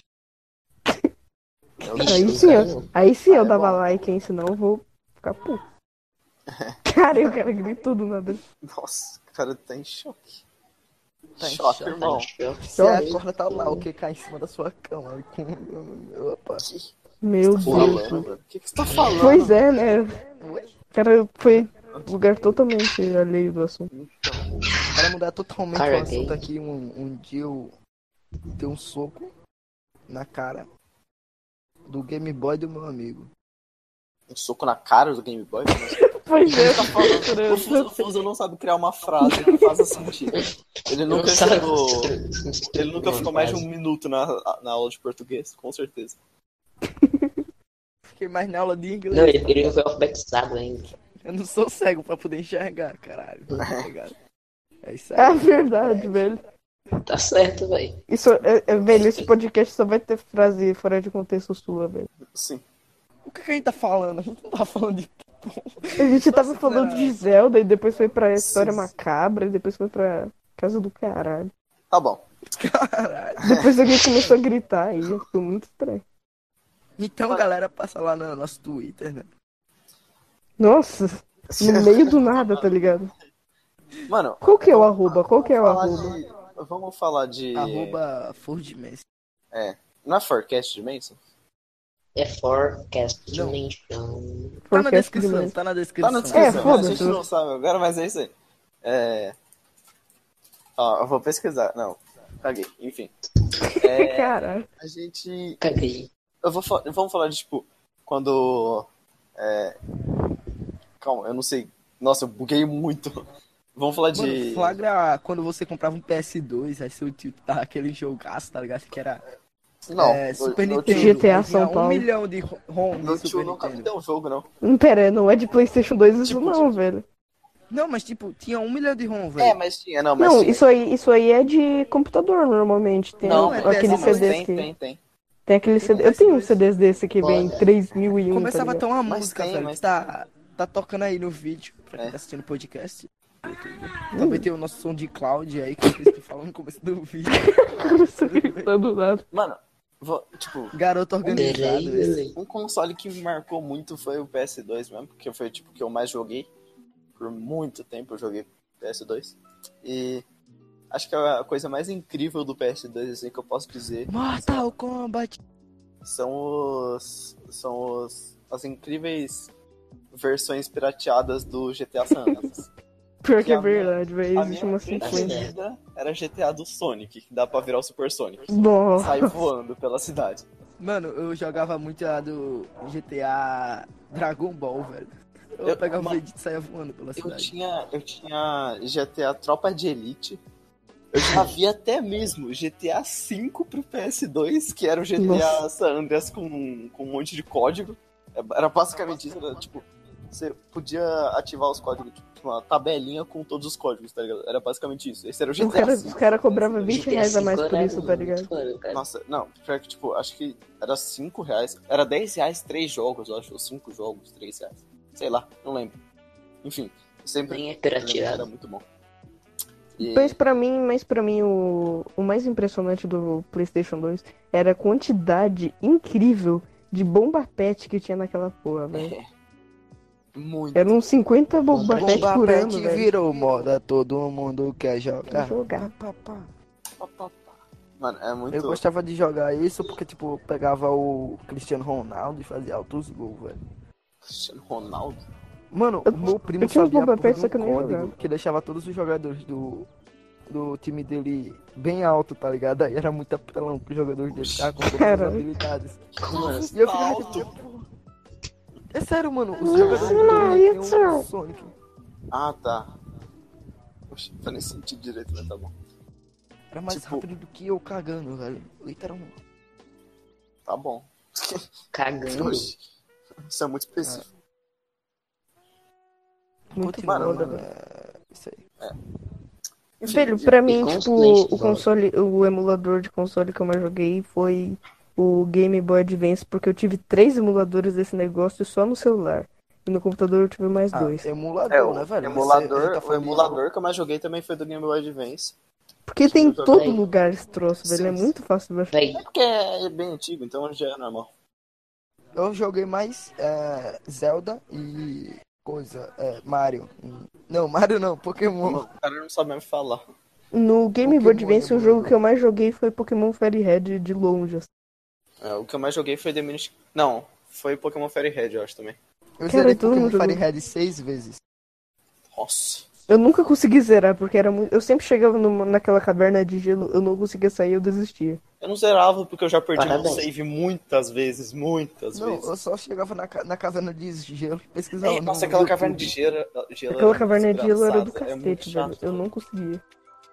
Aí Vixe, sim, não. aí sim eu é dava bom. like, hein, senão eu vou ficar puto. Cara, eu quero gritar do nada. Nossa, o cara tá em choque. Tá em choque, choque. irmão. Você acorda, tá lá, o que cai em cima da sua cama. Aí com... Opa. O que Meu você tá falando, Deus. mano? O que você tá falando? Pois é, né? Ué? Cara, foi um lugar totalmente alheio do assunto. Para mudar totalmente Cara, o assunto gay. aqui, um dia eu dei um soco na cara do Game Boy do meu amigo. Um soco na cara do Game Boy? Pois é, O Fuso não sabe criar uma frase que faça sentido. Ele nunca Não sabe. estudou. Ele nunca ficou mais de um minuto na aula de português, com certeza. Fiquei mais na aula de inglês. Não, ele não foi alfabetizado ainda. Eu não sou cego pra poder enxergar, caralho. Tá ligado? É isso aí. é verdade, velho. Tá certo, velho. Isso, velho, esse podcast só vai ter frase fora de contexto sua, velho. Sim. O que a gente tá falando? A gente não tá falando de... A gente tava Nossa, falando cara. de Zelda e depois foi pra história Sim. macabra e depois foi pra casa do caralho. Tá bom. Caralho. Depois alguém começou a gritar e ficou muito estranho. Então, galera, passa lá no nosso Twitter, né? Nossa, no meio do nada, tá ligado? Mano, Qual que é o arroba? Qual que é o falar arroba? vamos falar de... @FordMessi. Não é Forecast Dimension? É Forecast Não. Dimension. Tá na Forecast descrição, demais. tá na descrição. Tá na descrição, É, foda-se. a gente não sabe agora, mas é isso aí. Ó, eu vou pesquisar. Não, caguei. Enfim. Caralho. A gente... Caguei. Vamos falar de, tipo, quando... Calma, eu não sei. Nossa, eu buguei muito. Vamos falar de... Mano, flagra quando você comprava um PS2, aí seu tio tá aquele jogaço, tá ligado? Que era Não, Super meu Nintendo. GTA aí tinha São Paulo. 1 milhão de ROM Meu de tio Super nunca me Nintendo. deu um jogo, não. Pera, não é de PlayStation 2 isso Tipo, não, velho. Não, mas tipo, tinha 1 milhão de ROM, velho. Mas tinha, não, mas Não, tinha. isso aí é de computador normalmente. Tem Não, é aqueles PS2, CDs que... tem. Tem aquele CD... Eu tenho uns CDs desse que vem Olha. 3001, Começava tá a ligado? ter uma Mas música, tem, velho, mas que tá tocando aí no vídeo, pra quem tá assistindo o podcast. Também tem o nosso som de cloud aí, que eu falando no começo do vídeo. Isso gritando nada. Mano, tipo, Garoto organizado. Peraí, esse. beleza. um console que me marcou muito foi o PS2 mesmo, porque foi tipo o que eu mais joguei. Por muito tempo eu joguei PS2. E acho que a coisa mais incrível do PS2, assim, que eu posso dizer, Mortal Kombat. são as incríveis versões pirateadas do GTA San Andreas. Pior que é a minha- verdade, velho. A Existe minha uma preferida sequência. era GTA do Sonic, que dá pra virar o Super Sonic. Nossa. Sai voando pela cidade. Mano, eu jogava muito a do GTA Dragon Ball, velho. Eu Eu- pegava o mano, Vegeta e saia voando pela cidade. Eu tinha GTA Tropa de Elite. Eu já vi até mesmo GTA V pro PS2, que era o GTA Nossa. San Andreas com um monte de código. Era basicamente isso, era, tipo, você podia ativar os códigos, tipo, uma tabelinha com todos os códigos, tá ligado? Era basicamente isso. Esse era o GTA V. Os caras cobravam 20 GTA reais a mais V por era isso, tá muito ligado? foda, cara. Nossa, não, pior que, tipo, acho que era 5 reais. Era 10 reais 3 jogos, eu acho. Ou 5 jogos, 3 reais. Sei lá, não lembro. Enfim, sempre Nem é era pirateado. muito bom. E... Mas pra mim o mais impressionante do PlayStation 2 era a quantidade incrível de bomba pet que tinha naquela porra, velho. Muito. Eram uns 50 bomba pet Bomba por Pet ano, velho. virou moda, todo mundo quer jogar. Quer jogar. Pá, pá. Mano, é muito. Eu gostava de jogar isso porque, tipo, eu pegava o Cristiano Ronaldo e fazia altos gols, velho. Cristiano Ronaldo. Mano, o meu primo eu tinha uns sabia a Boba porra Pet, de só um que eu nem código jogava. que deixava todos os jogadores do time dele bem alto, tá ligado? Aí era muito apelão pro jogador dele ficar com todas as Caralho. habilidades. Como E assim? eu ficava Alto. tipo, porra. É sério, mano, os jogadores dele tinham o Sonic. Ah, tá. Oxe, não faz nem sentido direito, mas tá bom. Era mais Tipo- rápido do que eu cagando, velho. Literalmente. Tá bom. Cagando. Oxe, isso é muito específico. Muito Continuando, foda, velho. isso aí. Enfim, Velho, pra mim, com os tipo, PlayStation o console, o emulador de console que eu mais joguei foi o Game Boy Advance, porque eu tive 3 emuladores desse negócio só no celular. E no computador eu tive mais 2. Emulador, né, velho? o emulador que eu mais joguei também foi do Game Boy Advance. Porque tem em todo Véi. lugar esse troço, velho. É Sim. muito fácil de baixar. Véi, É porque é bem antigo, então já é normal. Eu joguei mais Zelda e Mario. Não, Mario não, Pokémon. O cara não sabe mesmo falar. No Game Boy Pokémon Advance, o jogo que eu mais joguei foi Pokémon Fairy Red de longe, assim. O que eu mais joguei foi The Minish... Não, foi Pokémon Fairy Red, eu acho também. Eu Cara, zerei todo Pokémon mundo Fire jogou. Red 6 vezes. Nossa. Eu nunca consegui zerar, porque era muito... Eu sempre chegava naquela caverna de gelo, eu não conseguia sair, eu desistia. Eu não zerava porque eu já perdi meu Parabéns. save muitas vezes, muitas Não, vezes. eu só chegava na caverna de gelo e pesquisava. no Nossa, aquela YouTube. caverna de gelo. Aquela caverna de gelo era do desgraçada, é muito cacete, velho. chato. Eu não conseguia.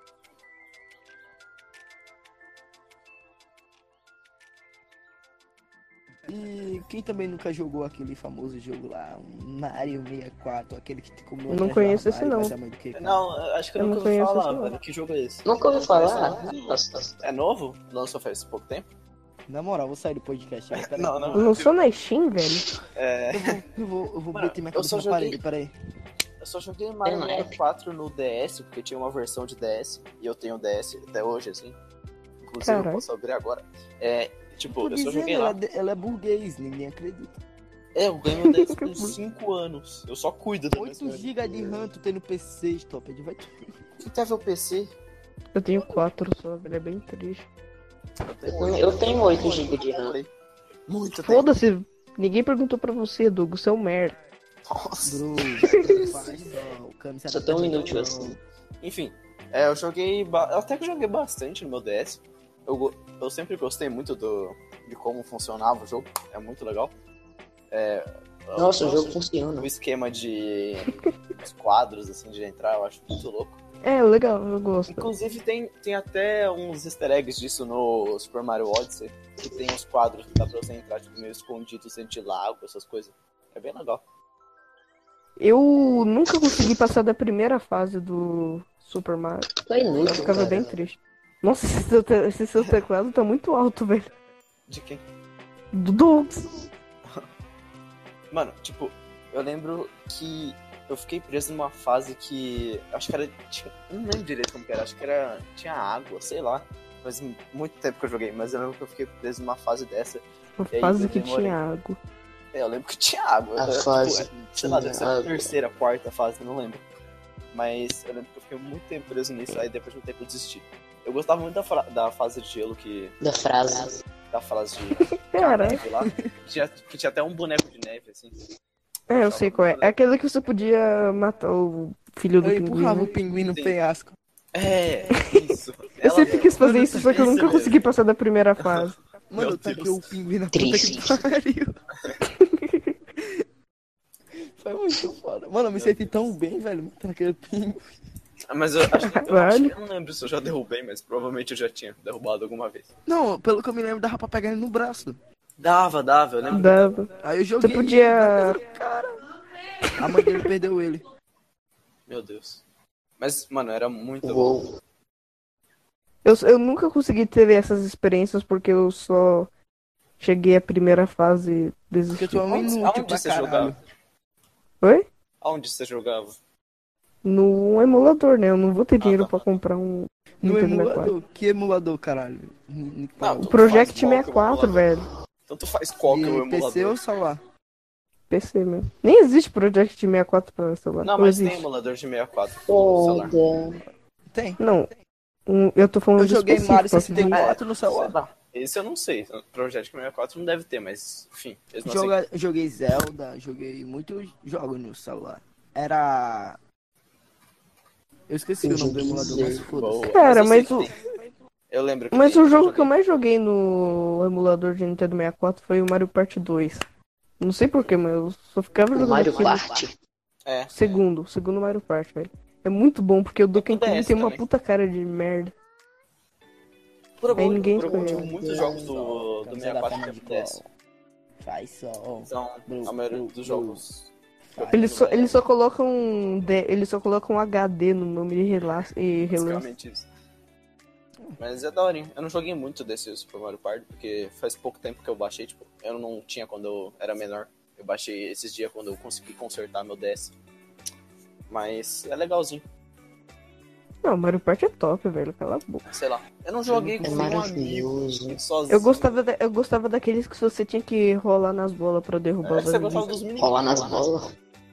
E quem também nunca jogou aquele famoso jogo lá, um Mario 64, aquele que te comeu Eu não atrás do conheço esse, armário, não. faz tamanho do que, cara? Não, acho que eu Eu não nunca ouvi conheço falar, esse, não. velho. Que jogo é esse? nunca ouvi falar? Nossa. É novo? Lançou faz pouco tempo? Na moral, vou sair do podcast. Aí, peraí. Não, não. Lançou na Steam, velho? É, Eu vou Mano, meter minha eu só cabeça na joguei- parede, peraí. eu só joguei Mario Tem na 64 no DS, porque tinha uma versão de DS, e eu tenho DS até hoje, assim. Inclusive, eu Caralho. posso abrir agora. Tipo, Tô eu só dizendo, joguei lá. ela é burguês, ninguém acredita. Eu ganhei o DS com 5 anos. Eu só cuido da minha 8 GB de RAM tu tem no PC, stop, vai Quem teve o PC? Eu tenho 4 só, velho. É bem triste. Eu tenho 8 GB de RAM. Muito tempo. Foda-se. Ninguém perguntou pra você, Doug. Você é um merda. Nossa. Bro, faz só. O Kami Só tão inútil assim. Enfim, eu joguei. Eu até que joguei bastante no meu DS. Eu sempre gostei muito de como funcionava o jogo. É muito legal. Nossa, o jogo funciona. O esquema de os quadros, assim, de entrar, eu acho muito louco. É, legal, eu gosto. Inclusive, tem até uns easter eggs disso no Super Mario Odyssey, que tem uns quadros que dá pra você entrar, tipo, meio escondidos dentro de lago, essas coisas. É bem legal. Eu nunca consegui passar da primeira fase do Super Mario. Tu é Eu inútil, ficava cara. bem triste. Nossa, esse seu teclado tá muito alto, velho. De quem? Do Doug. Mano, tipo, eu lembro que eu fiquei preso numa fase que. Acho que era. Não lembro direito como que era, acho que era. Tinha água, sei lá. Faz muito tempo que eu joguei, mas eu lembro que eu fiquei preso numa fase dessa. Uma E aí fase eu que demorei. tinha água. Eu lembro que tinha água. A Era, fase tipo, sei lá, deve ser tinha a água. terceira, quarta fase, não lembro. Mas eu lembro que eu fiquei muito tempo preso nisso, aí depois de um tempo eu desisti. Eu gostava muito da fase de gelo que. Da frase. Da fase de Cara, neve lá. Que tinha até um boneco de neve, assim. eu sei qual é. É aquele que você podia matar o filho do Eu pinguim. empurrava o Né? pinguim no Sim. penhasco. Isso. Eu sempre quis fazer Mano, isso, só que eu isso nunca mesmo. consegui passar da primeira fase. Mano, Meu eu taquei Deus. o pinguim na puta Triste. que pariu. Foi muito foda. Mano, eu me senti tão bem, velho, matando aquele pinguim. Mas eu acho que Caralho. eu não lembro se eu já derrubei, mas provavelmente eu já tinha derrubado alguma vez. Não, pelo que eu me lembro, dava pra pegar ele no braço. Dava, eu lembro. Dava. Aí eu joguei. Você podia. Cara. A mãe dele perdeu ele. Meu Deus. Mas, mano, era muito. Uou. Eu nunca consegui ter essas experiências porque eu só cheguei à primeira fase e Porque desisti. tu é um inútil Aonde pra você caralho. jogava? Oi? Aonde você jogava? No emulador, né? Eu não vou ter dinheiro tá. pra comprar um No Nintendo 64. emulador? Que emulador, caralho? Não, O tanto Project faz qual que é o 64, emulador. velho. Tanto faz qual que é o De PC ou emulador. celular? PC mesmo. Nem existe Project 64 pra celular. Não, Ou mas tem existe? emulador de 64 no celular. Foda. Tem. Não. Eu tô falando Eu de joguei Mario específico. 64 no celular. Sei lá. Esse eu não sei. Project 64 não deve ter, mas enfim. Eles não Joguei Zelda, joguei muitos jogos no celular. Era. Eu esqueci o nome do emulador, mas foda-se. Boa. Cara, eu sei mas que o- tem. Eu lembro que Mas tem, o jogo que eu joguei. mais joguei no emulador de Nintendo 64 foi o Mario Party 2. Não sei porquê, mas eu só ficava O jogando Mario aquilo. Party. É. Segundo Mario Party, velho. É muito bom, porque o Donkey Tem pro Kong DS tem uma também. puta cara de merda. Por Aí ninguém algum motivo, conhece. muitos jogos do 64 tem pro DS. Faz só. Então, a maioria dos jogos. Eles só colocam eles só colocam HD no nome de relance. Basicamente isso. Mas é daorinha. Eu não joguei muito desse Super Mario Party, porque faz pouco tempo que eu baixei, tipo, eu não tinha quando eu era menor. Eu baixei esses dias quando eu consegui consertar meu DS. Mas é legalzinho, Não, Mario Party é top, velho. Cala a boca. sei lá. Eu não joguei É com um amigo, maravilhoso. sozinho. Eu gostava daqueles que você tinha que rolar nas bolas pra derrubar os Você gostava amigos. dos mini. Rolar nas bolas.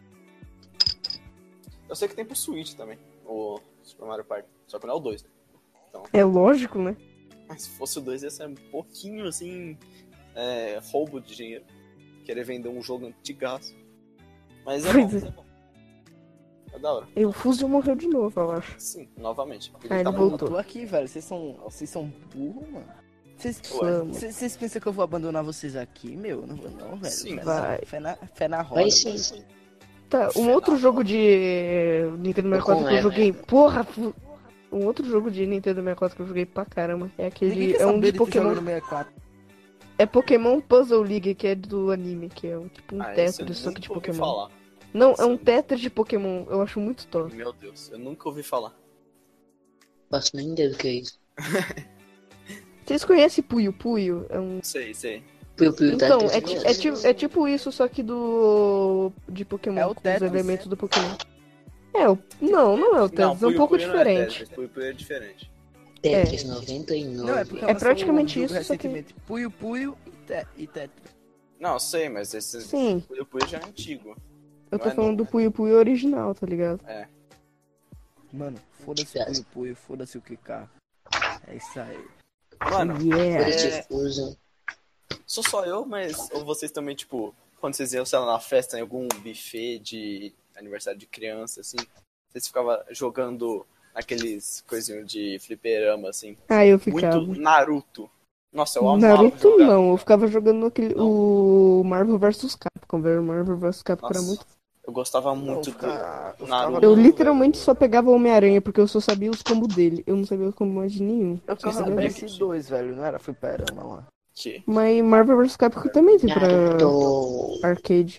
Eu sei que tem pro Switch também, o Super Mario Party. Só que não é o 2, né? É lógico, né? Mas se fosse o 2 ia ser um pouquinho assim. Roubo de dinheiro. Querer vender um jogo antigaço. Mas é Pois bom, é. é bom. É da hora. E o Fuzio morreu de novo, eu acho. Sim, novamente. Ah, ele tá voltou. muito- Eu tô aqui, velho. Vocês são burros, mano. Ué. Vocês pensam que eu vou abandonar vocês aqui, meu? Não vou não, velho. Sim. Vai. Fé na roda. Vai sim. Tá, um outro jogo de Nintendo 64 que eu joguei. Porra! Um outro jogo de Nintendo 64 que eu joguei pra caramba. É Ninguém aquele. quer É um saber de de tu jogando Pokémon. no 64. É Pokémon Puzzle League, que é do anime, que é tipo um Esse eu Tetris, só que de nunca ouvi Pokémon. falar. Não, Esse é um eu- Tetris de Pokémon. Eu acho muito top. Meu Deus, eu nunca ouvi falar. Faço nem ideia do que é isso. Vocês conhecem Puyo Puyo? É um. Sei. Puyo Puyo Então, Tetris. é tipo isso, só que de Pokémon, É o com os Tetris. elementos do Pokémon. Não é o Tetris, é um Puyo pouco Puyo não é diferente. Tetris, Puyo Puyo é diferente. Tetris 99. Não, é porque É lançou praticamente um jogo isso, só que- recentemente. Puyo Puyo e Tetris. Não, eu sei, mas esse Sim. Puyo Puyo já é antigo. Eu tô Não é falando do novo. Puyo Puyo original, tá ligado? Mano, foda-se o Puyo, foda-se o QK. É isso aí. Mano, Yeah. Difuso. sou só eu, mas ou vocês também, tipo, quando vocês iam, sei lá, na festa, em algum buffet de aniversário de criança, assim, vocês ficavam jogando aqueles coisinhos de fliperama, assim. Ah, eu ficava. Muito Naruto. Nossa, eu amava Naruto jogar. não, eu ficava jogando aquele, Não. o Marvel vs Capcom, velho. Marvel vs Capcom era Nossa, muito. eu gostava Eu muito ficava- do eu Naruto. ficava- Eu literalmente só pegava o Homem-Aranha porque eu só sabia os combos dele. Eu não sabia os combos mais de nenhum. Eu ficava no sabia PS2, velho, não era fliperama lá. Que Mas Marvel vs Capcom também tem pra Naruto. arcade.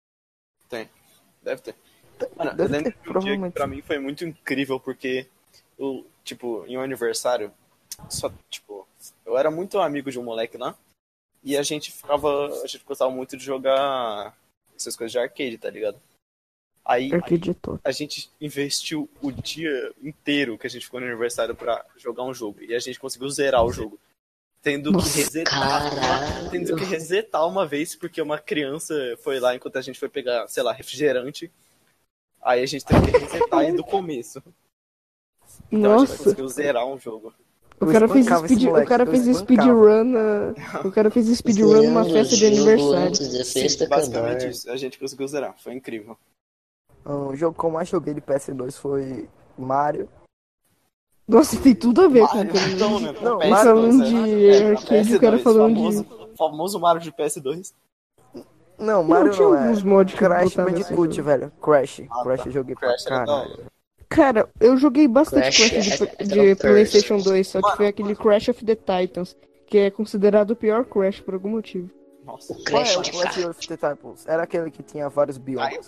deve ter. Mano, eu Deve lembro ter, que um dia que provavelmente. pra mim foi muito incrível, porque eu, tipo, em um aniversário, só, tipo, eu era muito amigo de um moleque lá, e a gente gostava muito de jogar essas coisas de arcade, tá ligado? Aí Arcade é top. a gente investiu o dia inteiro que a gente ficou no aniversário pra jogar um jogo, e a gente conseguiu zerar o jogo. Tendo que Nossa, resetar. caralho. Tendo que resetar uma vez, porque uma criança foi lá enquanto a gente foi pegar, sei lá, refrigerante. Aí a gente teve que resetar aí do começo. Então a gente Nossa, conseguiu zerar um jogo. o cara fez espancava esse speed, o moleque, cara eu fez espancava. speedrun, o cara fez speedrun numa festa de Jogo aniversário. antes da Sim, festa basicamente acabar. isso. A gente conseguiu zerar. Foi incrível. O jogo que eu mais joguei de PS2 foi Mario. Nossa, tem tudo a ver com Mario, aquele. então, né? Não, PS2, falando né? de arcade, o cara falando famoso Mario de PS2. Não, Mario tinha não é. alguns mods que eu Crash botava nesse Bandicoot, jogo. velho. Crash. Ah, Crash tá. eu joguei Crash pra era da caralho. Cara, eu joguei bastante Crash Crash é de aquela PlayStation 2, só que Mano. foi aquele Crash of the Titans, que é considerado o pior Crash por algum motivo. Nossa. Qual Crash é o de Clash carro. of the Titans? Era aquele que tinha vários biomas.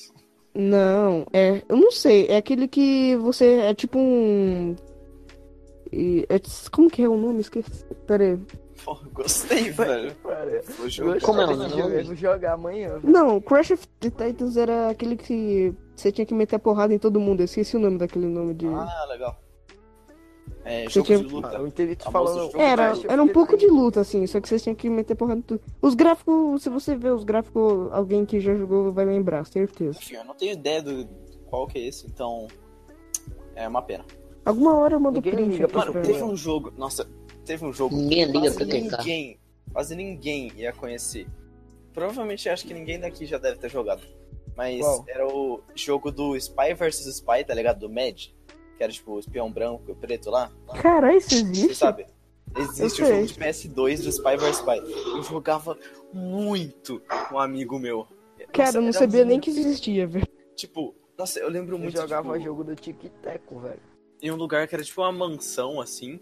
Não, eu não sei, é aquele que você é tipo um. Como que é o nome? Esqueci. Pera aí. Pô, gostei, velho. Vou jogar. Como é o Gostei desse jogo, nome? eu vou jogar amanhã. Não, Crash of the Titans era aquele que você tinha que meter a porrada em todo mundo. Eu esqueci o nome daquele nome de. Ah, legal. É, Você jogo tinha- de luta. Eu entendi tu Famoso falando. jogo Era, Crash of era um the pouco de Titans. luta, assim, só que vocês tinham que meter porrada em tudo. Os gráficos, se você ver os gráficos, alguém que já jogou vai lembrar, certeza. Enfim, eu não tenho ideia do qual que é esse, então é uma pena. Alguma hora eu mando Ninguém print liga aqui pra Mano, pra teve um jogo. Nossa, teve um jogo. Ninguém liga quase pra tentar. quase ninguém ia conhecer. Provavelmente acho que ninguém daqui já deve ter jogado. Mas Qual? era o jogo do Spy vs Spy, tá ligado? Do Mad. Que era tipo o espião branco e preto lá. Caralho, isso Você existe? sabe? Existe o sei. jogo de PS2 do Spy vs Spy. Eu jogava muito com um amigo meu. Cara, Nossa, eu não era sabia nem muito- que existia, velho. Tipo, nossa, eu lembro Eu muito jogava tipo, jogo do Tic Teco, velho. em um lugar que era tipo uma mansão, assim,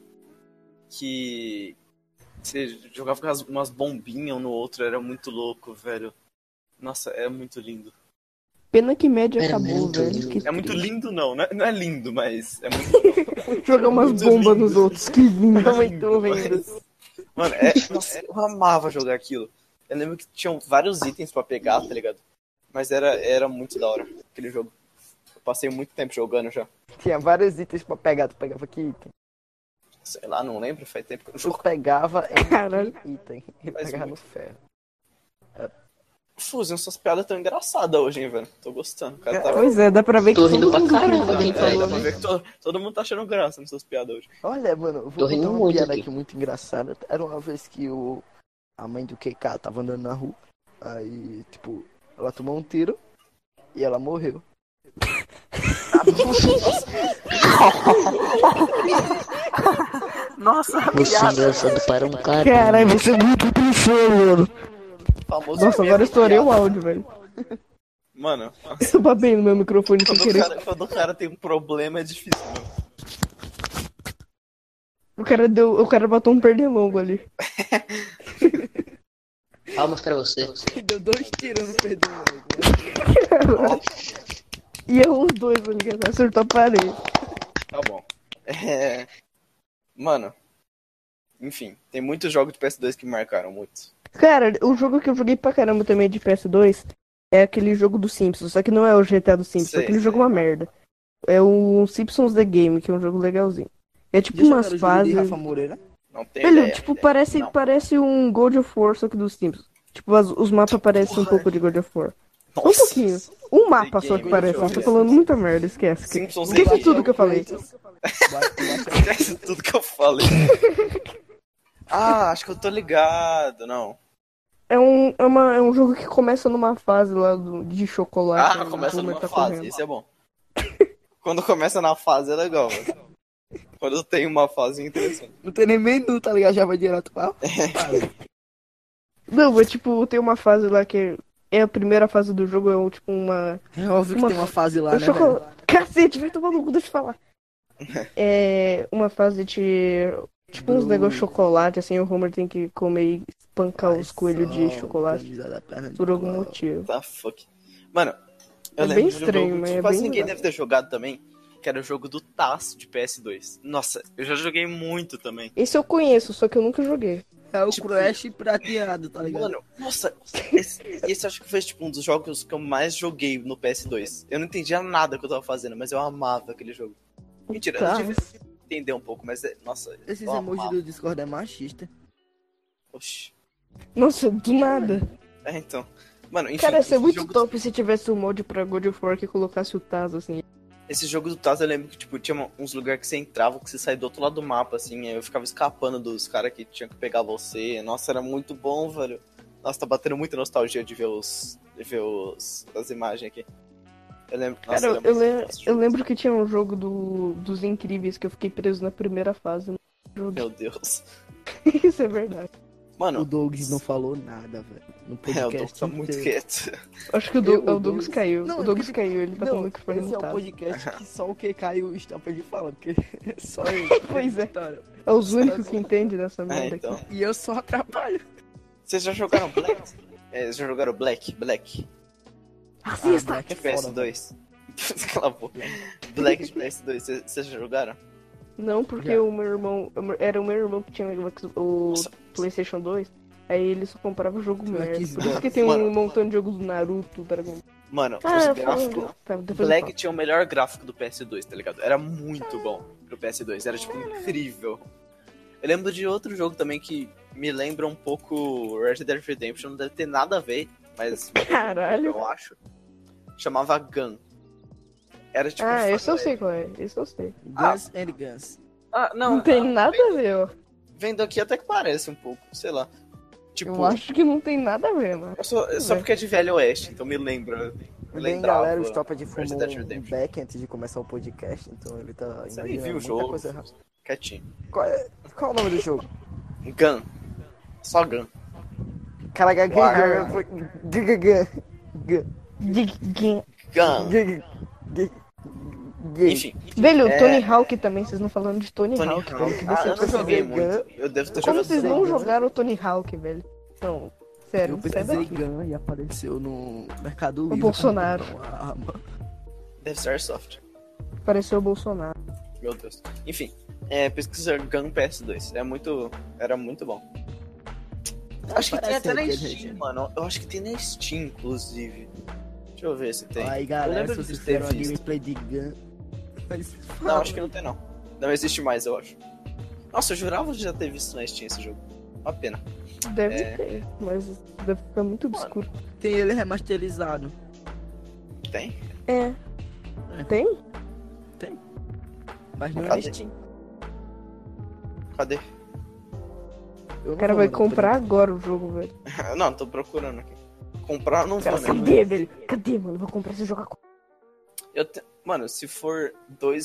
que você jogava com umas bombinhas um no outro, era muito louco, velho. Nossa, é muito lindo. Pena que média Era acabou, muito velho. lindo. Que É muito triste. lindo, não é lindo, mas é muito Jogar umas muito bombas lindo. nos outros, que lindo. Muito lindo. Mano, nossa, eu amava jogar aquilo. Eu lembro que tinham vários itens pra pegar, tá ligado? Mas era muito da hora, aquele jogo. Eu passei muito tempo jogando já. Tinha vários itens pra pegar. Tu pegava que item? Sei lá, não lembro, faz tempo que eu não Tu jogo. pegava Caralho. item. E Faz pegava no muito. ferro. Fuzil, suas piadas tão engraçadas hoje, hein, velho? Tô gostando. O cara tá... Pois é, dá pra ver que Tô rindo todo pra mundo caramba aqui quem dá falou, pra né? ver que todo mundo tá achando graça nas suas piadas hoje. Olha, mano, eu Tô vou rindo contar uma muito piada aqui. aqui muito engraçada. Era uma vez que a mãe do QK tava andando na rua. Aí, tipo, ela tomou um tiro e ela morreu. Nossa, Você é engraçado para um cara. Caralho, vai ser muito triste, mano. Famoso Nossa, agora meme estourei o piada. áudio, velho. Mano, Eu babei no meu microfone sem querer. quando o cara tem um problema é difícil, mano. O cara botou um pernilongo ali. Palmas pra você. deu 2 tiros no perdão. E errou os dois, tá ligado? Acertou a parede. Tá bom. Mano, enfim, tem muitos jogos de PS2 que me marcaram muito. Cara, o jogo que eu joguei pra caramba também de PS2 é aquele jogo do Simpsons. Só que não é o GTA do Simpsons, Sei, aquele sei. jogo é uma merda. É o Simpsons The Game, que é um jogo legalzinho. É tipo umas fases. Rafa Moreira? Não tem Velho, ideia. tipo, parece um God of War, só que dos Simpsons. Tipo, os mapas parecem um pouco de God of War. Um pouquinho. Um mapa The só que Game parece. Show. Eu tô falando muita merda, esquece. Simpsons Esquece e tudo que eu falei. Esquece tudo que eu falei. Acho que eu tô ligado, não. É um jogo que começa numa fase lá de chocolate. né? Começa O Homer numa tá fase, correndo. isso é bom. Quando começa na fase é legal, velho. Quando tem uma fase é interessante. Não tem nem menu, tá ligado? Já vai direto pra fase. Não, mas tipo, tem uma fase lá que é a primeira fase do jogo, é tipo uma. É óbvio que Uma tem uma fase lá, Eu né, choco- velho? Cacete, vai tomar no cu, deixa eu falar. É uma fase de. Tipo uns negócios de chocolate, assim, o Homer tem que comer e espancar os coelhos de chocolate. Camisa da perna de Por algum pau. motivo. Tá, fuck. Mano, eu É lembro bem de um estranho, jogo mas que é quase bem ninguém legal. deve ter jogado também, que era o jogo do Taz de PS2. Nossa, eu já joguei muito também. Esse eu conheço, só que eu nunca joguei. É o Tipo, Crash prateado, tá ligado? Mano, nossa, esse acho que foi tipo um dos jogos que eu mais joguei no PS2. Eu não entendia nada que eu tava fazendo, mas eu amava aquele jogo. Mentira, eu Tá. devia entender um pouco, mas nossa, Esses eu emojis amava. do Discord é machista. Oxi. Nossa, do nada. Então. Mano, enfim, Cara, ia ser esse muito jogo- top se tivesse um mod pra God of War que colocasse o Taz, assim. Esse jogo do Taz, eu lembro que, tipo, tinha uns lugares que você entrava, que você saía do outro lado do mapa, assim, aí eu ficava escapando dos caras que tinham que pegar você. Nossa, era muito bom, velho. Nossa, tá batendo muita nostalgia de ver as imagens aqui. Eu lembro, nossa, Cara, era eu, muito le- bom esse eu jogo. lembro que tinha um jogo dos Incríveis que eu fiquei preso na primeira fase. Não joguei. Meu Deus. Isso é verdade. O Mano, Douglas não falou nada, velho. No o podcast Doug tá muito inteiro. quieto. Acho que o Douglas Douglas- caiu. Não, O Douglas porque- caiu, ele tá com o Não, microfone esse é o mutado. podcast que só o que caiu está pra de falar, porque é só ele. Pois é. História. É os únicos que entendem dessa merda então. aqui. E eu só atrapalho. Vocês já jogaram Black? Vocês já jogaram Black? Assista! Black é foda, PS2. Cala a boca. Black de PS2, vocês já jogaram? Não, porque Já. o meu irmão. Era o meu irmão que tinha o Nossa. PlayStation 2. Aí ele só comprava o jogo Tinha merda. Por Xbox. isso que tem Mano. um montão de jogos do Naruto, Dragon Ball. Mano, os Ah, gráficos. tá, depois eu Black falo. tinha o melhor gráfico do PS2, tá ligado? Era muito bom pro PS2, era tipo incrível. Eu lembro de outro jogo também que me lembra um pouco Red Dead Redemption, não deve ter nada a ver, mas Caralho. eu acho. Chamava Gun. Era tipo. Ah, esse eu sei qual é. Esse eu sei. Guns and Guns. Não, tem nada a ver, ó. Vendo aqui até que parece um pouco, sei lá. Tipo, Eu acho que não tem nada a ver, mano. só porque é de Velho Oeste, então me lembra. Me Bem, lembrava galera, o Stoppard Red fumou Dead um Redemption. beck antes de começar o podcast, então ele tá Você nem imaginando viu o muita jogo. coisa errada. Quietinho. Qual é o nome do jogo? Gun. Só Gun. Caraca, War. Gun. Enfim, Velho, É. Tony Hawk também, vocês não falando de Tony, Tony Hawk, Hawk. velho. Que Eu não decepção. joguei Gun. muito. Eu devo ter Como jogado. vocês não Gun. jogaram Tony Hawk, velho? Não, sério, Eu sai pesquisei daqui. Gun e apareceu no Mercado Livre. Bolsonaro. Ah, mano. Deve ser Airsoft. Pareceu o Bolsonaro. Meu Deus. Enfim, pesquisa Gun PS2. Era muito bom. Acho que tem Parece até na aquele Steam, regime. mano. Eu acho que tem na Steam, inclusive. Deixa eu ver se tem. Aí, Eu galera, lembro se de vocês ter fizeram uma visto. gameplay de Gun... mas Não, fala. acho que não tem não. Não existe mais, eu acho. Nossa, eu jurava já ter visto na Steam esse jogo. Uma pena. Deve É. ter, mas deve ficar muito obscuro. Tem ele remasterizado. Tem? É. Tem? Mas não é Cadê? na Steam. Cadê? Eu não O cara vou, vai mano, comprar agora o jogo, velho. Não, tô procurando aqui. Comprar não Cara, vou, né? cadê, velho? Cadê, mano? Vou comprar esse jogo agora. Mano, se for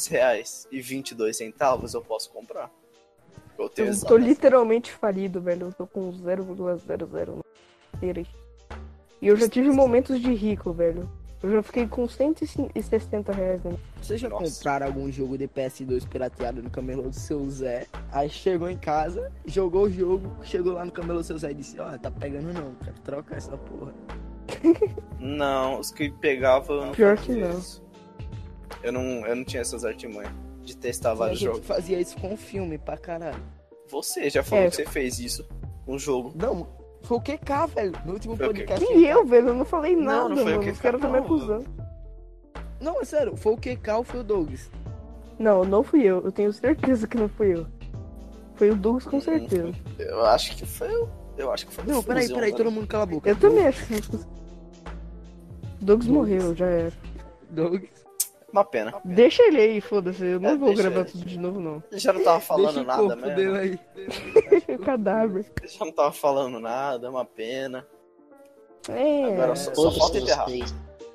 R$2,22, eu posso comprar. Eu tenho Eu exato. tô literalmente falido, velho. Eu tô com 0,00 na carteira aí. E eu já tive momentos de rico, velho. Eu já fiquei com R$160, né? Vocês já Nossa. compraram algum jogo de PS2 pirateado no camelô do seu Zé? Aí chegou em casa, jogou o jogo, chegou lá no camelô do seu Zé e disse, ó, tá pegando não, quero trocar essa porra. Não, os que pegavam eu não Pior fazia que não. isso. Eu não tinha essas artimanhas de testar E a vários gente jogos. fazia isso com filme pra caralho. Você já falou É. que você fez isso com um jogo. Não, foi o QK, velho, no último Foi o QK. podcast. E eu, velho? Eu não falei Não, nada, não foi o mano. que Os caras estão me não. acusando. Não, é sério, foi o QK ou foi o Douglas? Não, não fui eu. Eu tenho certeza que não fui eu. Foi o Douglas com certeza. Eu acho que foi o. Eu acho que foi o Não, peraí, Fusion, peraí, né? todo mundo cala a boca. Eu também acho que. Douglas morreu, já era. Doug. Uma pena. Deixa ele aí, foda-se. Eu não vou deixa gravar ele. tudo de novo, não. Ele já não tava falando Deixa o nada corpo mesmo. dele aí. O cadáver. Ele já não tava falando nada, é uma pena. É. Agora só Todos falta enterrar. vocês.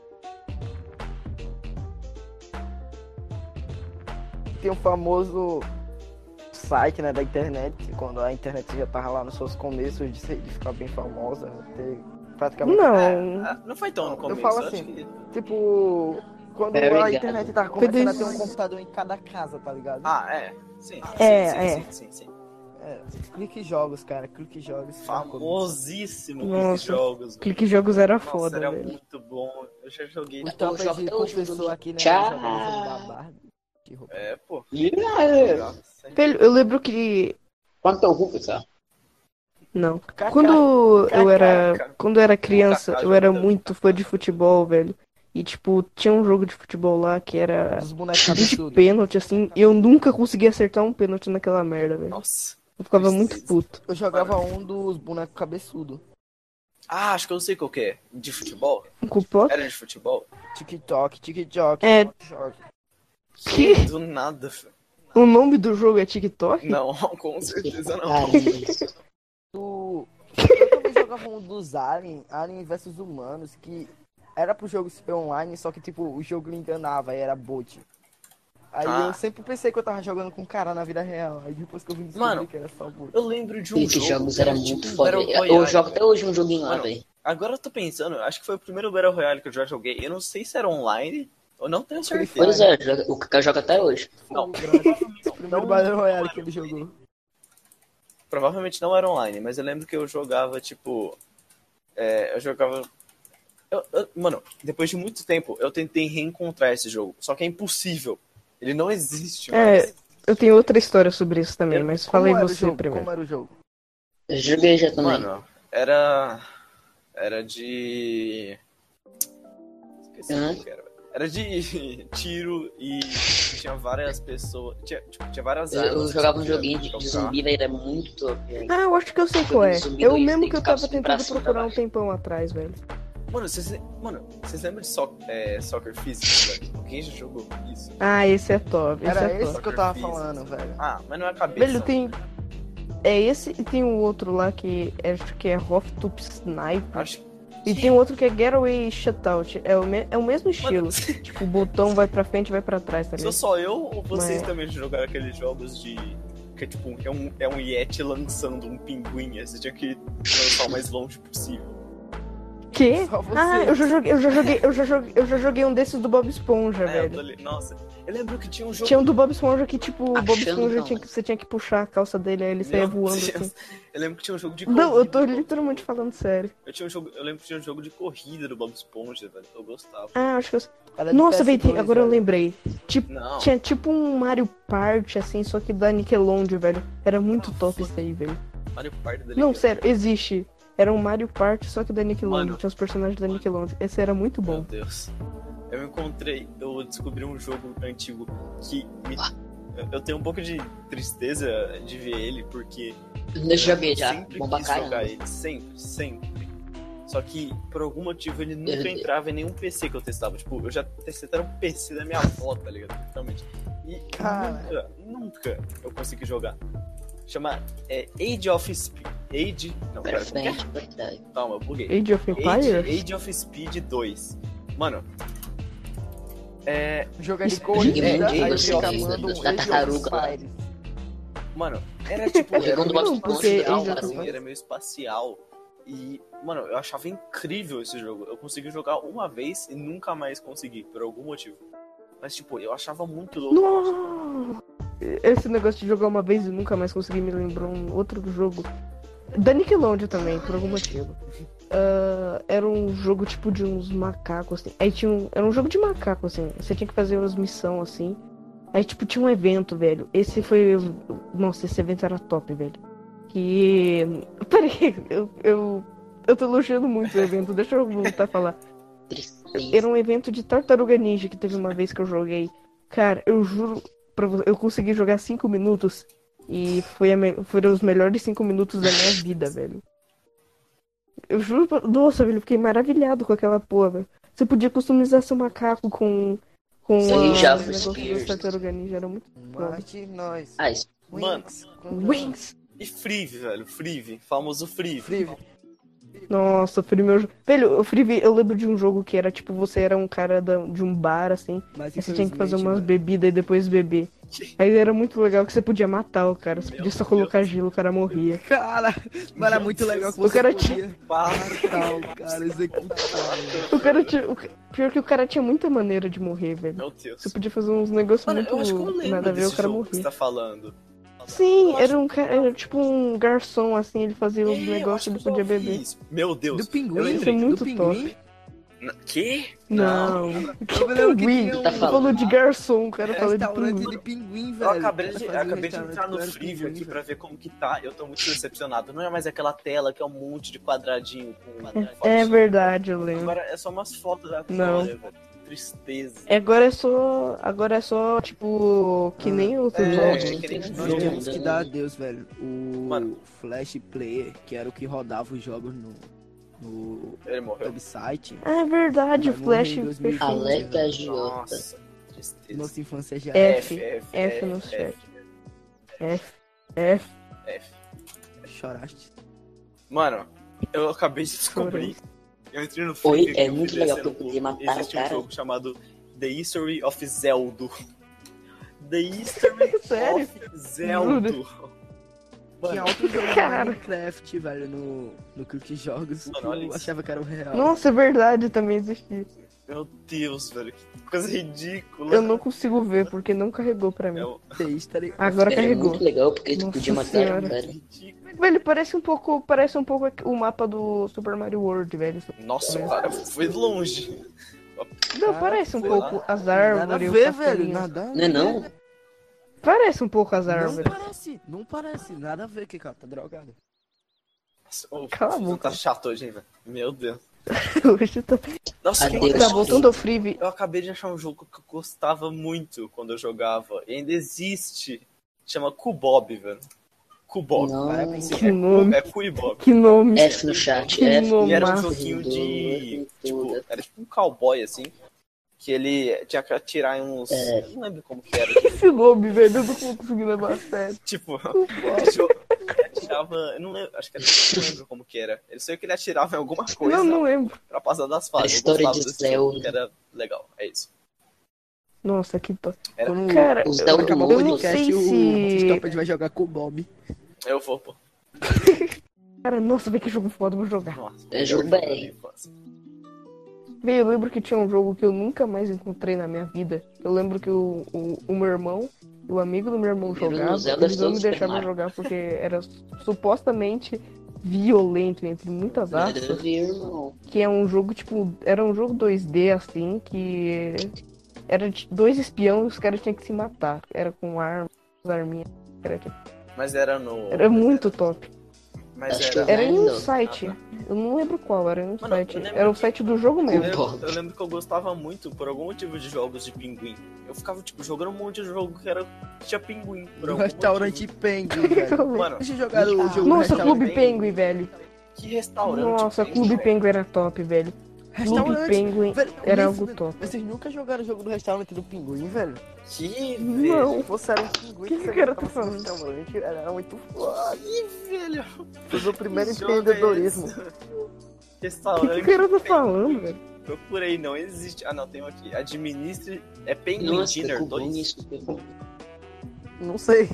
Tem um famoso site, né, da internet, quando a internet já tava lá nos seus começos de ficar bem famosa, ter praticamente... Não. Não foi tão no começo. falo acho assim. que- Tipo, quando É a verdade. internet tava começando a ter um computador em cada casa, tá ligado? Ah, é. Sim. É. Sim. É, Clique Jogos, cara, Clique Jogos. Famosíssimo Nossa. jogos. Clique Jogos era Nossa, foda, era velho. muito bom. Eu já joguei. O Eu Top jogo de até hoje, confessou jogo. aqui, né? Tchau. jogando o jogo da Barbie. Que roupa. É, pô. Yeah. Velho, eu lembro que. Quanto eu vou, pessoal? Não. Kaká. Quando eu era. Kaká. Quando eu era criança, Kaká eu era joga muito fã de futebol, velho. E tipo, tinha um jogo de futebol lá que era Os bonecos de cabeçudos. pênalti, assim, e eu nunca conseguia acertar um pênalti naquela merda, velho. Nossa. Eu ficava muito puto. Eu jogava um dos bonecos cabeçudos. Ah, acho que eu sei qual que é. De futebol? Um cupom? Era de futebol? TikTok, TikTok. É. TikTok. Que? Do nada, filho. O nome do jogo é TikTok? Não, com certeza não. Eu também jogava um dos Alien vs Humanos, que era pro jogo ser online, só que tipo, o jogo lhe enganava, era bot. Aí Ah. eu sempre pensei que eu tava jogando com um cara na vida real. Aí depois que eu vim descobrir Mano, que era só bot. Eu lembro de um Clique jogo. Jogos que era tipo muito um foda. Battle Eu Royale, jogo até velho. hoje um joguinho lá, Mano, velho. Agora eu tô pensando, acho que foi o primeiro Battle Royale que eu já joguei. Eu não sei se era online, eu não tenho Free certeza. Pois é, o Kaká joga até hoje. Não, O primeiro Battle Royale que ele jogou. provavelmente não era online, mas eu lembro que eu jogava, tipo. Eu jogava. Mano, depois de muito tempo, eu tentei reencontrar esse jogo. Só que é impossível. Ele não existe mais. É, eu tenho outra história sobre isso também, Eu- mas Como falei era o você jogo? primeiro. Como era o jogo? Eu joguei já também. Mano, era de. Esqueci Hã? o que era. Era de tiro e tinha várias pessoas. Tinha várias armas. Eu que jogava um você joguinho podia de jogar. zumbi, velho, era muito top, velho. Ah, eu acho que eu sei qual é. Zumbi É o dois, mesmo tem que eu que tava ficar subindo tentando pra cima e procurar pra um baixo. tempão atrás, velho. Mano, vocês lembram de Soccer Physics, velho? Quem já jogou isso? Ah, esse é top. Esse Era é esse top. que eu tava Soccer falando, velho. Ah, mas não é a cabeça. Velho, tem. É esse e tem um outro lá que acho que é Rooftop Sniper. Acho E tem um outro que é Getaway Shutout. É o mesmo estilo. Mano, Tipo, o botão vai pra frente e vai pra trás, tá sou ligado? só eu ou vocês Mas- também jogaram aqueles jogos de. Que é tipo, é um Yeti lançando um pinguim, aí você tinha que lançar o mais longe possível. Que? Só você. Ah, eu já joguei um desses do Bob Esponja, Eu velho. tô ali- Nossa, eu lembro que tinha um jogo. Tinha um do Bob Esponja que, tipo, o Bob Achando Esponja não. você tinha que puxar a calça dele, aí ele saía Meu voando Deus. assim. Eu lembro que tinha um jogo de Não, eu tô corrida. literalmente falando sério. Eu lembro que tinha um jogo de corrida do Bob Esponja, velho. Eu gostava. Ah, acho que eu. Era de Nossa, velho, PS2, agora eu velho. lembrei. Tipo, Não. tinha tipo um Mario Party, assim, só que da Nickelodeon, velho. Era muito top isso aí, velho. Mario Party da Não, Nickelodeon. sério, existe. Era um Mario Party, só que da Nickelodeon. Mano. Tinha os personagens da Nickelodeon. Esse era muito Meu bom. Deus. Eu descobri um jogo antigo que eu tenho um pouco de tristeza de ver ele, porque Eu joguei já. sempre Bom pra quis jogar caramba. ele, sempre. Só que, por algum motivo, ele nunca Eu- entrava em nenhum PC que eu testava. Tipo, eu já testei até um PC da minha avó, tá ligado? Literalmente. E Cara. nunca eu consegui jogar. Chama Age of Speed. Não, Pra pera, como que é? frente, verdade. Calma, eu buguei. Age of Empires? Age of Speed 2. Mano, Jogar de Isso- corrida, Joguei aí muito fica esse mandando da um Age of tartaruga lá. Empires. Mano, era tipo. Eu era jogo do meio Bob Esponja, espacial, Age of assim, Empires. era meio espacial. E, mano, eu achava incrível esse jogo. Eu consegui jogar uma vez e nunca mais consegui, por algum motivo. Mas, tipo, eu achava muito louco. Não! Esse negócio de jogar uma vez e nunca mais conseguir me lembrar um outro jogo. Da Nickelodeon também, por algum motivo. Era um jogo tipo de uns macacos, assim. Aí era um jogo de macaco, assim. Você tinha que fazer umas missões, assim. Aí, tipo, tinha um evento, velho. Esse foi. Nossa, esse evento era top, velho. Que. Peraí, eu tô elogiando muito o evento. Deixa eu voltar a falar. Tristeza. Era um evento de Tartaruga Ninja que teve uma vez que eu joguei. Cara, eu juro pra você, eu consegui jogar 5 minutos e foram os melhores 5 minutos da minha vida, velho. Eu juro pra... Nossa, velho, eu fiquei maravilhado com aquela porra, velho. Você podia customizar seu macaco com Isso aí já os foi negócios do Spears. Tartaruga Ninja, era muito bom. Mate nós. Ah, isso. Mano, Wings! e Frive, velho. Frive. Famoso Frive. Frive. Nossa, o Free meu jogo. Velho, o Free, eu lembro de um jogo que era tipo, você era um cara de um bar, assim. Mas Aí você tinha que fazer umas infelizmente, bebidas e depois beber. Aí era muito legal que você podia matar o cara. Você Meu podia só Deus. colocar gelo, o cara morria. mano. Cara, mas era muito legal que O você cara podia Para. matar o cara, executar. O cara tinha. Pior que o cara tinha muita maneira de morrer, velho. Meu Deus. Você podia fazer uns negócios Mano, eu acho que eu muito lembro nada a ver, o desse cara jogo que você morria. tá falando. Sim, era um cara, era tipo um garçom, assim, ele fazia os É, eu negócios acho e ele que eu podia já vi beber. isso. Meu Deus. Do Eu pinguim? Isso é lembrei. muito Do pinguim? top. Que? Não. Que Eu me lembro que pinguim? tinha Tá Você falando? falou de garçom, o cara fala de Restaurante pinguim. de pinguim, Eu velho. acabei O de, cara fazia um acabei de entrar no restaurante que Freeview era aqui pinguim, pra ver como que tá. Eu tô muito decepcionado. Não é mais aquela tela que é um monte de quadradinho com É fotos. verdade, eu lembro. Agora é só umas fotos da Não. velho. Tristeza. Agora é só, tipo, que nem outros jogos. que nem Nós jogo, temos que né? dar adeus, velho. O Mano. Flash Player, que era o que rodava os jogos no Ele morreu. website. Ah, é verdade, o Vai Flash morrer em 2020. fechou. Alerta agiota. Nossa, tristeza. Nossa infância já F no chat. F. choraste. Mano, eu acabei de descobrir. Eu entrei no Oi, Freeview é e eu muito fui legal descendo. porque eu podia matar Existe o um cara. jogo chamado The History of Zelda. The History Sério? of Zelda. Tinha Mano, outro jogo de Cara. Minecraft, velho, no Clique Jogos. Mano, Que olha eu isso. achava que era o real. Nossa, é verdade, também existia. meu Deus, velho. Que coisa ridícula. Eu não consigo ver porque não carregou pra mim. É um- The History. Agora Era carregou. muito legal porque tu Nossa podia matar senhora. o cara. ridículo. Velho, parece um pouco o mapa do Super Mario World, velho. Nossa, cara, foi longe. Não, Cara, parece um sei pouco lá. as Nada a árvores, o ver, velho. castelinho. Nada a Não é não? Parece um pouco as Não árvores. parece, não parece. Nada a ver, que cara, tá drogado. Nossa, ô, Cala a você boca. tá chato hoje, hein, velho. Meu Deus. Hoje tá... Nossa, Adeus. Tá voltando ao Freevee. eu acabei de achar um jogo que eu gostava muito quando eu jogava. E ainda existe. Chama Kubob, velho. Kubob. Não. Parabéns. Que nome, É Kuibob. que nome. F no chat. Que F. nome E era um massa. joguinho de. Tipo, era tipo um cowboy, assim. Que ele tinha que atirar em uns. Não lembro como que era. Esse nome, velho, eu não consegui levar a sério. Tipo, ele atirava. Eu não lembro. Acho que era, não lembro como que era. Ele sei que ele atirava em alguma coisa Não lembro. pra passar das fases. A história Eu gostava de desse jogo, Zelda. que era legal. É isso. Nossa, que top. Era- Quando Cara, Os quando Zelda acabar o eu não podcast, sei o se... Stopper vai jogar com o Bob. Eu vou, pô. Cara, nossa, vê que jogo foda, vou jogar. Nossa, É jogo melhor BR. da minha infância. Véi, eu lembro que tinha um jogo que eu nunca mais encontrei na minha vida. Eu lembro que o meu irmão, o amigo do meu irmão Primeiro jogava, no Zelda eles não me Super deixavam Mario. jogar porque era supostamente violento, entre muitas aspas. Nada a ver, irmão. Que é um jogo, tipo, era um jogo 2D, assim, que era de 2 espiões e os caras tinham que se matar. Era com armas, arminhas. Mas era no. Era muito top. Mas Acho que era. Era em um Não. site. Eu não lembro qual, era em um Mano, site. eu lembro Era o que- site do jogo Eu mesmo. lembro que eu gostava muito, por algum motivo, de jogos de pinguim. Eu ficava, tipo, jogando um monte de jogo que tinha pinguim. Por No algum restaurante motivo. Penguin, velho. Mano, Deixa eu jogar o jogo Nossa, restaurante Clube Penguin, velho. que restaurante. Nossa, tem, Clube velho? Penguin era top, velho. Clube Restaurante. Penguin Velho, era nem algo fudendo. top. Vocês nunca jogaram o jogo do restaurante do Pinguim, velho? Que Não. Se fosse era um pinguim Que você o cara botava tá no falando? restaurante, era muito foda. velho. Foi o primeiro Que jogo é empreendedorismo. esse? O que Restaurante. o cara tá Penguin. falando, velho? Procurei, não existe. Ah, não, tem um aqui. Administre. É Penguin Nossa, Dinner ficou 2. bom isso. Ficou bom. Não sei.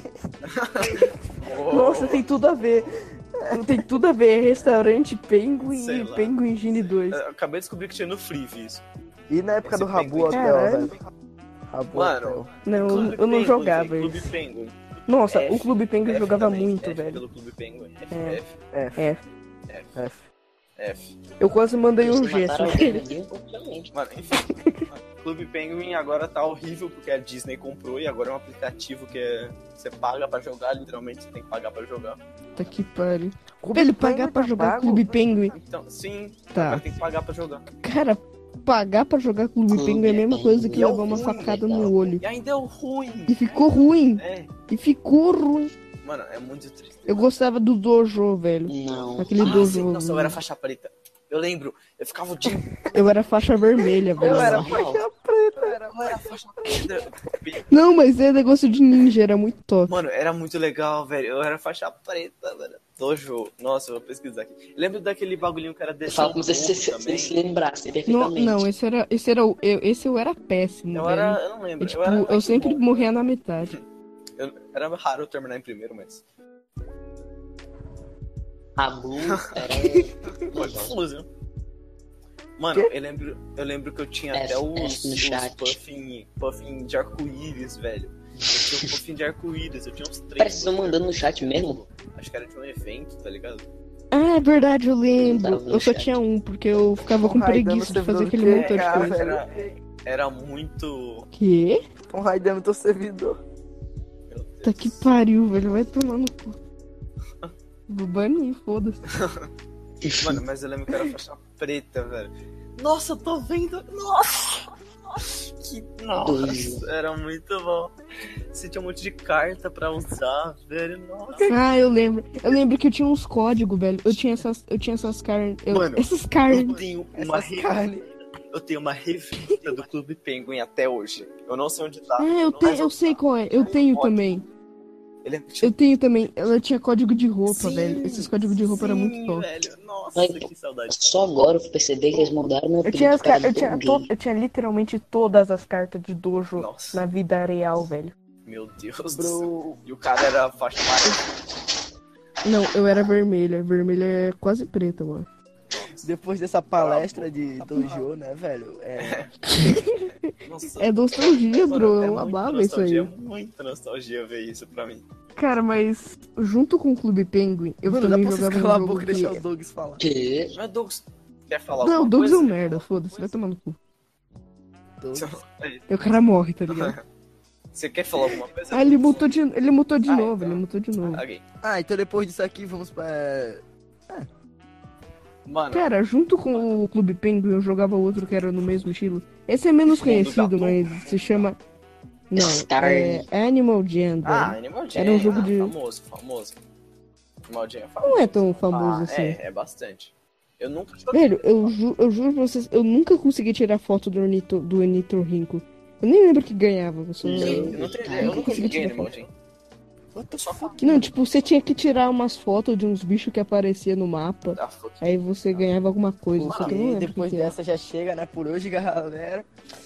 Oh, Nossa, tem tudo a ver. Tem tudo a ver. Restaurante Penguin Sei e lá. Penguin Genie 2. eu acabei de descobrir que tinha no Freevee isso. E na época Esse do Rabu Penguin. Hotel, Caralho. velho. Rabu Mano, Hotel. Não, Clube eu não Penguin, jogava Clube isso. Penguin. Nossa, F, o Clube Penguin eu F jogava também, muito, F velho. Pelo Clube Penguin. F, É. F, F. É, F. F. eu quase mandei um Eles gesto mataram nele. alguém ali, obviamente. Mano, enfim. Clube Penguin agora tá horrível porque a Disney comprou e agora é um aplicativo que você paga pra jogar, literalmente você tem que pagar pra jogar. Tá que pariu. Clube Ele Penguin pagar pra tá jogar pago? Clube Penguin. Então, sim, Tá. agora tem que pagar pra jogar. Cara, pagar pra jogar Clube Clube Penguin é a mesma coisa que E é levar uma ruim, facada legal. no olho. E ainda é o ruim. E ficou ruim. É, E ficou ruim. mano, é muito triste. Eu gostava do Dojo, velho. Não. Aquele Ah, Dojo. sim, nossa, eu era faixa preta. Eu lembro, eu ficava o dia. Eu era faixa vermelha, velho. Eu era Normal. faixa preta. Eu era faixa preta. Não, mas é negócio de ninja, era muito top. Mano, era muito legal, velho. Eu era faixa preta, velho. Dojo. Nossa, eu vou pesquisar aqui. Eu lembro daquele bagulhinho que era Eu descer falo um como se você também. se lembrasse Não, perfeitamente. não, esse eu era péssimo, Eu velho. era, eu não lembro. Tipo, eu era eu muito sempre bom. morria na metade. Era raro eu terminar em primeiro, mas. Rabu era. Foi confuso. Mano, eu lembro que eu tinha F, até F no os chat. puffin de arco-íris, velho. Eu tinha um puffin de arco-íris, eu tinha uns 3. Parece que estão mandando no chat mesmo. Acho que era de um evento, tá ligado? Ah, é verdade, eu lembro. Tava no Eu só chat. tinha um, porque eu ficava com Raidando preguiça de o fazer servidor aquele do montão de QK, coisa. velho. Era muito. Quê? Estão raidando teu servidor. Meu Deus. Tá que pariu, velho. Vai tomar no cu. Vou banir, foda-se. Mano, mas eu lembro que era faixa preta, velho. Nossa, eu tô vendo. Nossa! Que. Nossa, era muito bom. Você tinha um monte de carta pra usar, velho. Nossa. Ah, eu lembro. Eu lembro que eu tinha uns códigos, velho. Eu tinha essas carnes. Mano, Essas carnes. Eu tenho uma Essas carnes. Eu tenho uma revista do Clube Penguin até hoje. Eu não sei onde tá. Ah, eu sei qual é. Eu tenho também. Ele Eu tenho também. Ela tinha código de roupa, Sim, velho. Esses códigos de roupa eram muito sim, top. velho. Nossa, Ai, que saudade. Só agora eu fui perceber que eles mudaram meu Eu tinha, apelido para eu tinha literalmente todas as cartas de dojo Nossa. na vida real, velho. Meu Deus do Bro. céu. E o cara era faixa amarela. Não, eu era vermelha. Vermelha é quase preta, mano. Depois dessa palestra de dojo, né, velho? Nossa. É nostalgia, Mano, bro. é É uma muita baba isso aí. nostalgia, muita nostalgia ver isso pra mim. Cara, mas junto com o Clube Penguin, eu Mano, dá também pra você jogava calar a um jogo boca e que... deixar o Douglas falar. Que? Mas Douglas, quer falar Não, o alguma Douglas é um coisa? merda, foda-se, vai tomar no cu. Douglas. Aí o cara morre, tá ligado? Você quer falar alguma coisa? Ah, ele mutou de Ah, novo, então. ele mutou de novo. Ok. Ah, então depois disso aqui vamos pra... Mano, Cara, junto com o Clube Penguin eu jogava outro que era no mesmo estilo. Esse é menos Mundo conhecido, Gatu. mas se chama... Não, Star. é Animal Jam, velho. Animal Jam. Era um jogo de... Famoso. Animal Jam é famoso. Não é tão famoso assim. É bastante. Eu nunca joguei. Velho, eu juro pra vocês, eu nunca consegui tirar foto do Ornitorrinco. Eu nem lembro que ganhava. Eu só... Eu não tenho ideia, eu nunca joguei Animal Jam. What the fuck? Não, tipo, você tinha que tirar umas fotos de uns bichos que apareciam no mapa. Ah, fuck. Aí você ganhava alguma coisa. Só que eu não E lembro o depois que que era. dessa já chega, né, por hoje, galera.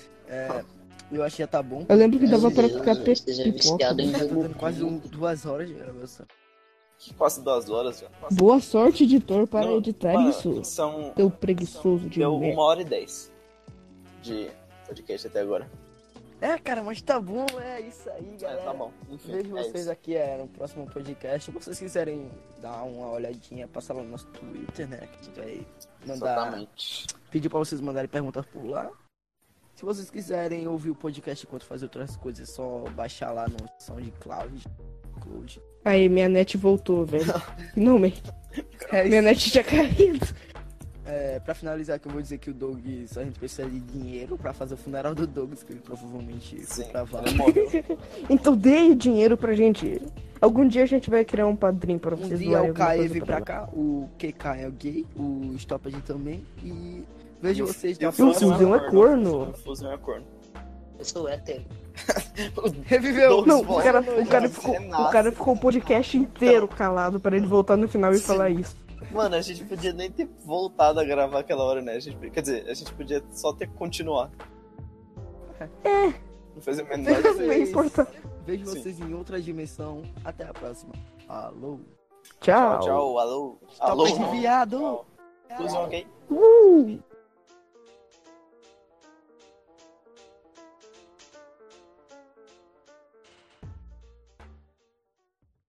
Eu achei que tá bom. Eu lembro que dava pra Deus, ficar seja pipoca. viciado em Tá jogo. dando quase 2 horas de gravação. Quase 2 horas já. Nossa. Boa sorte, editor, para Não, editar mano, isso. São... Seu preguiçoso de Deu merda. 1h10 de podcast até agora. Cara, mas tá bom, é isso aí, galera. Tá bom. Enfim, Vejo é vocês isso. aqui no próximo podcast. Se vocês quiserem dar uma olhadinha, passa lá no nosso Twitter, né? Que a gente vai mandar. Exatamente. Pedir pra vocês mandarem perguntas por lá. Se vocês quiserem ouvir o podcast enquanto fazer outras coisas, é só baixar lá no SoundCloud. Aí, minha net voltou, velho. Finalmente. Minha net tinha caído. Pra finalizar, que eu vou dizer que o Doug, só a gente precisa de dinheiro pra fazer o funeral do Douglas, que ele provavelmente foi Sim, pra Vala. ele morreu. Então dê dinheiro pra gente. Algum dia a gente vai criar um padrinho pra Um vocês dia doarem o alguma Caê coisa vem pra pra lá. cá, o QK é o gay, o Stoppage também, e vejo vocês E o na Fusão próxima. é corno. O Fusão é corno. Eu sou hétero. Reviveu! Não, Douglas, o cara ficou o podcast inteiro calado pra ele voltar no final e falar isso. Mano, a gente podia nem ter voltado a gravar aquela hora, né? Quer dizer, a gente podia só ter continuado. Não fez o menor Não diferença. importa. Vejo Sim. vocês em outra dimensão. Até a próxima. Alô. Tchau, tchau, alô. Alô, Stoppage não. viado! Tchau. Fusão, ok? Uh!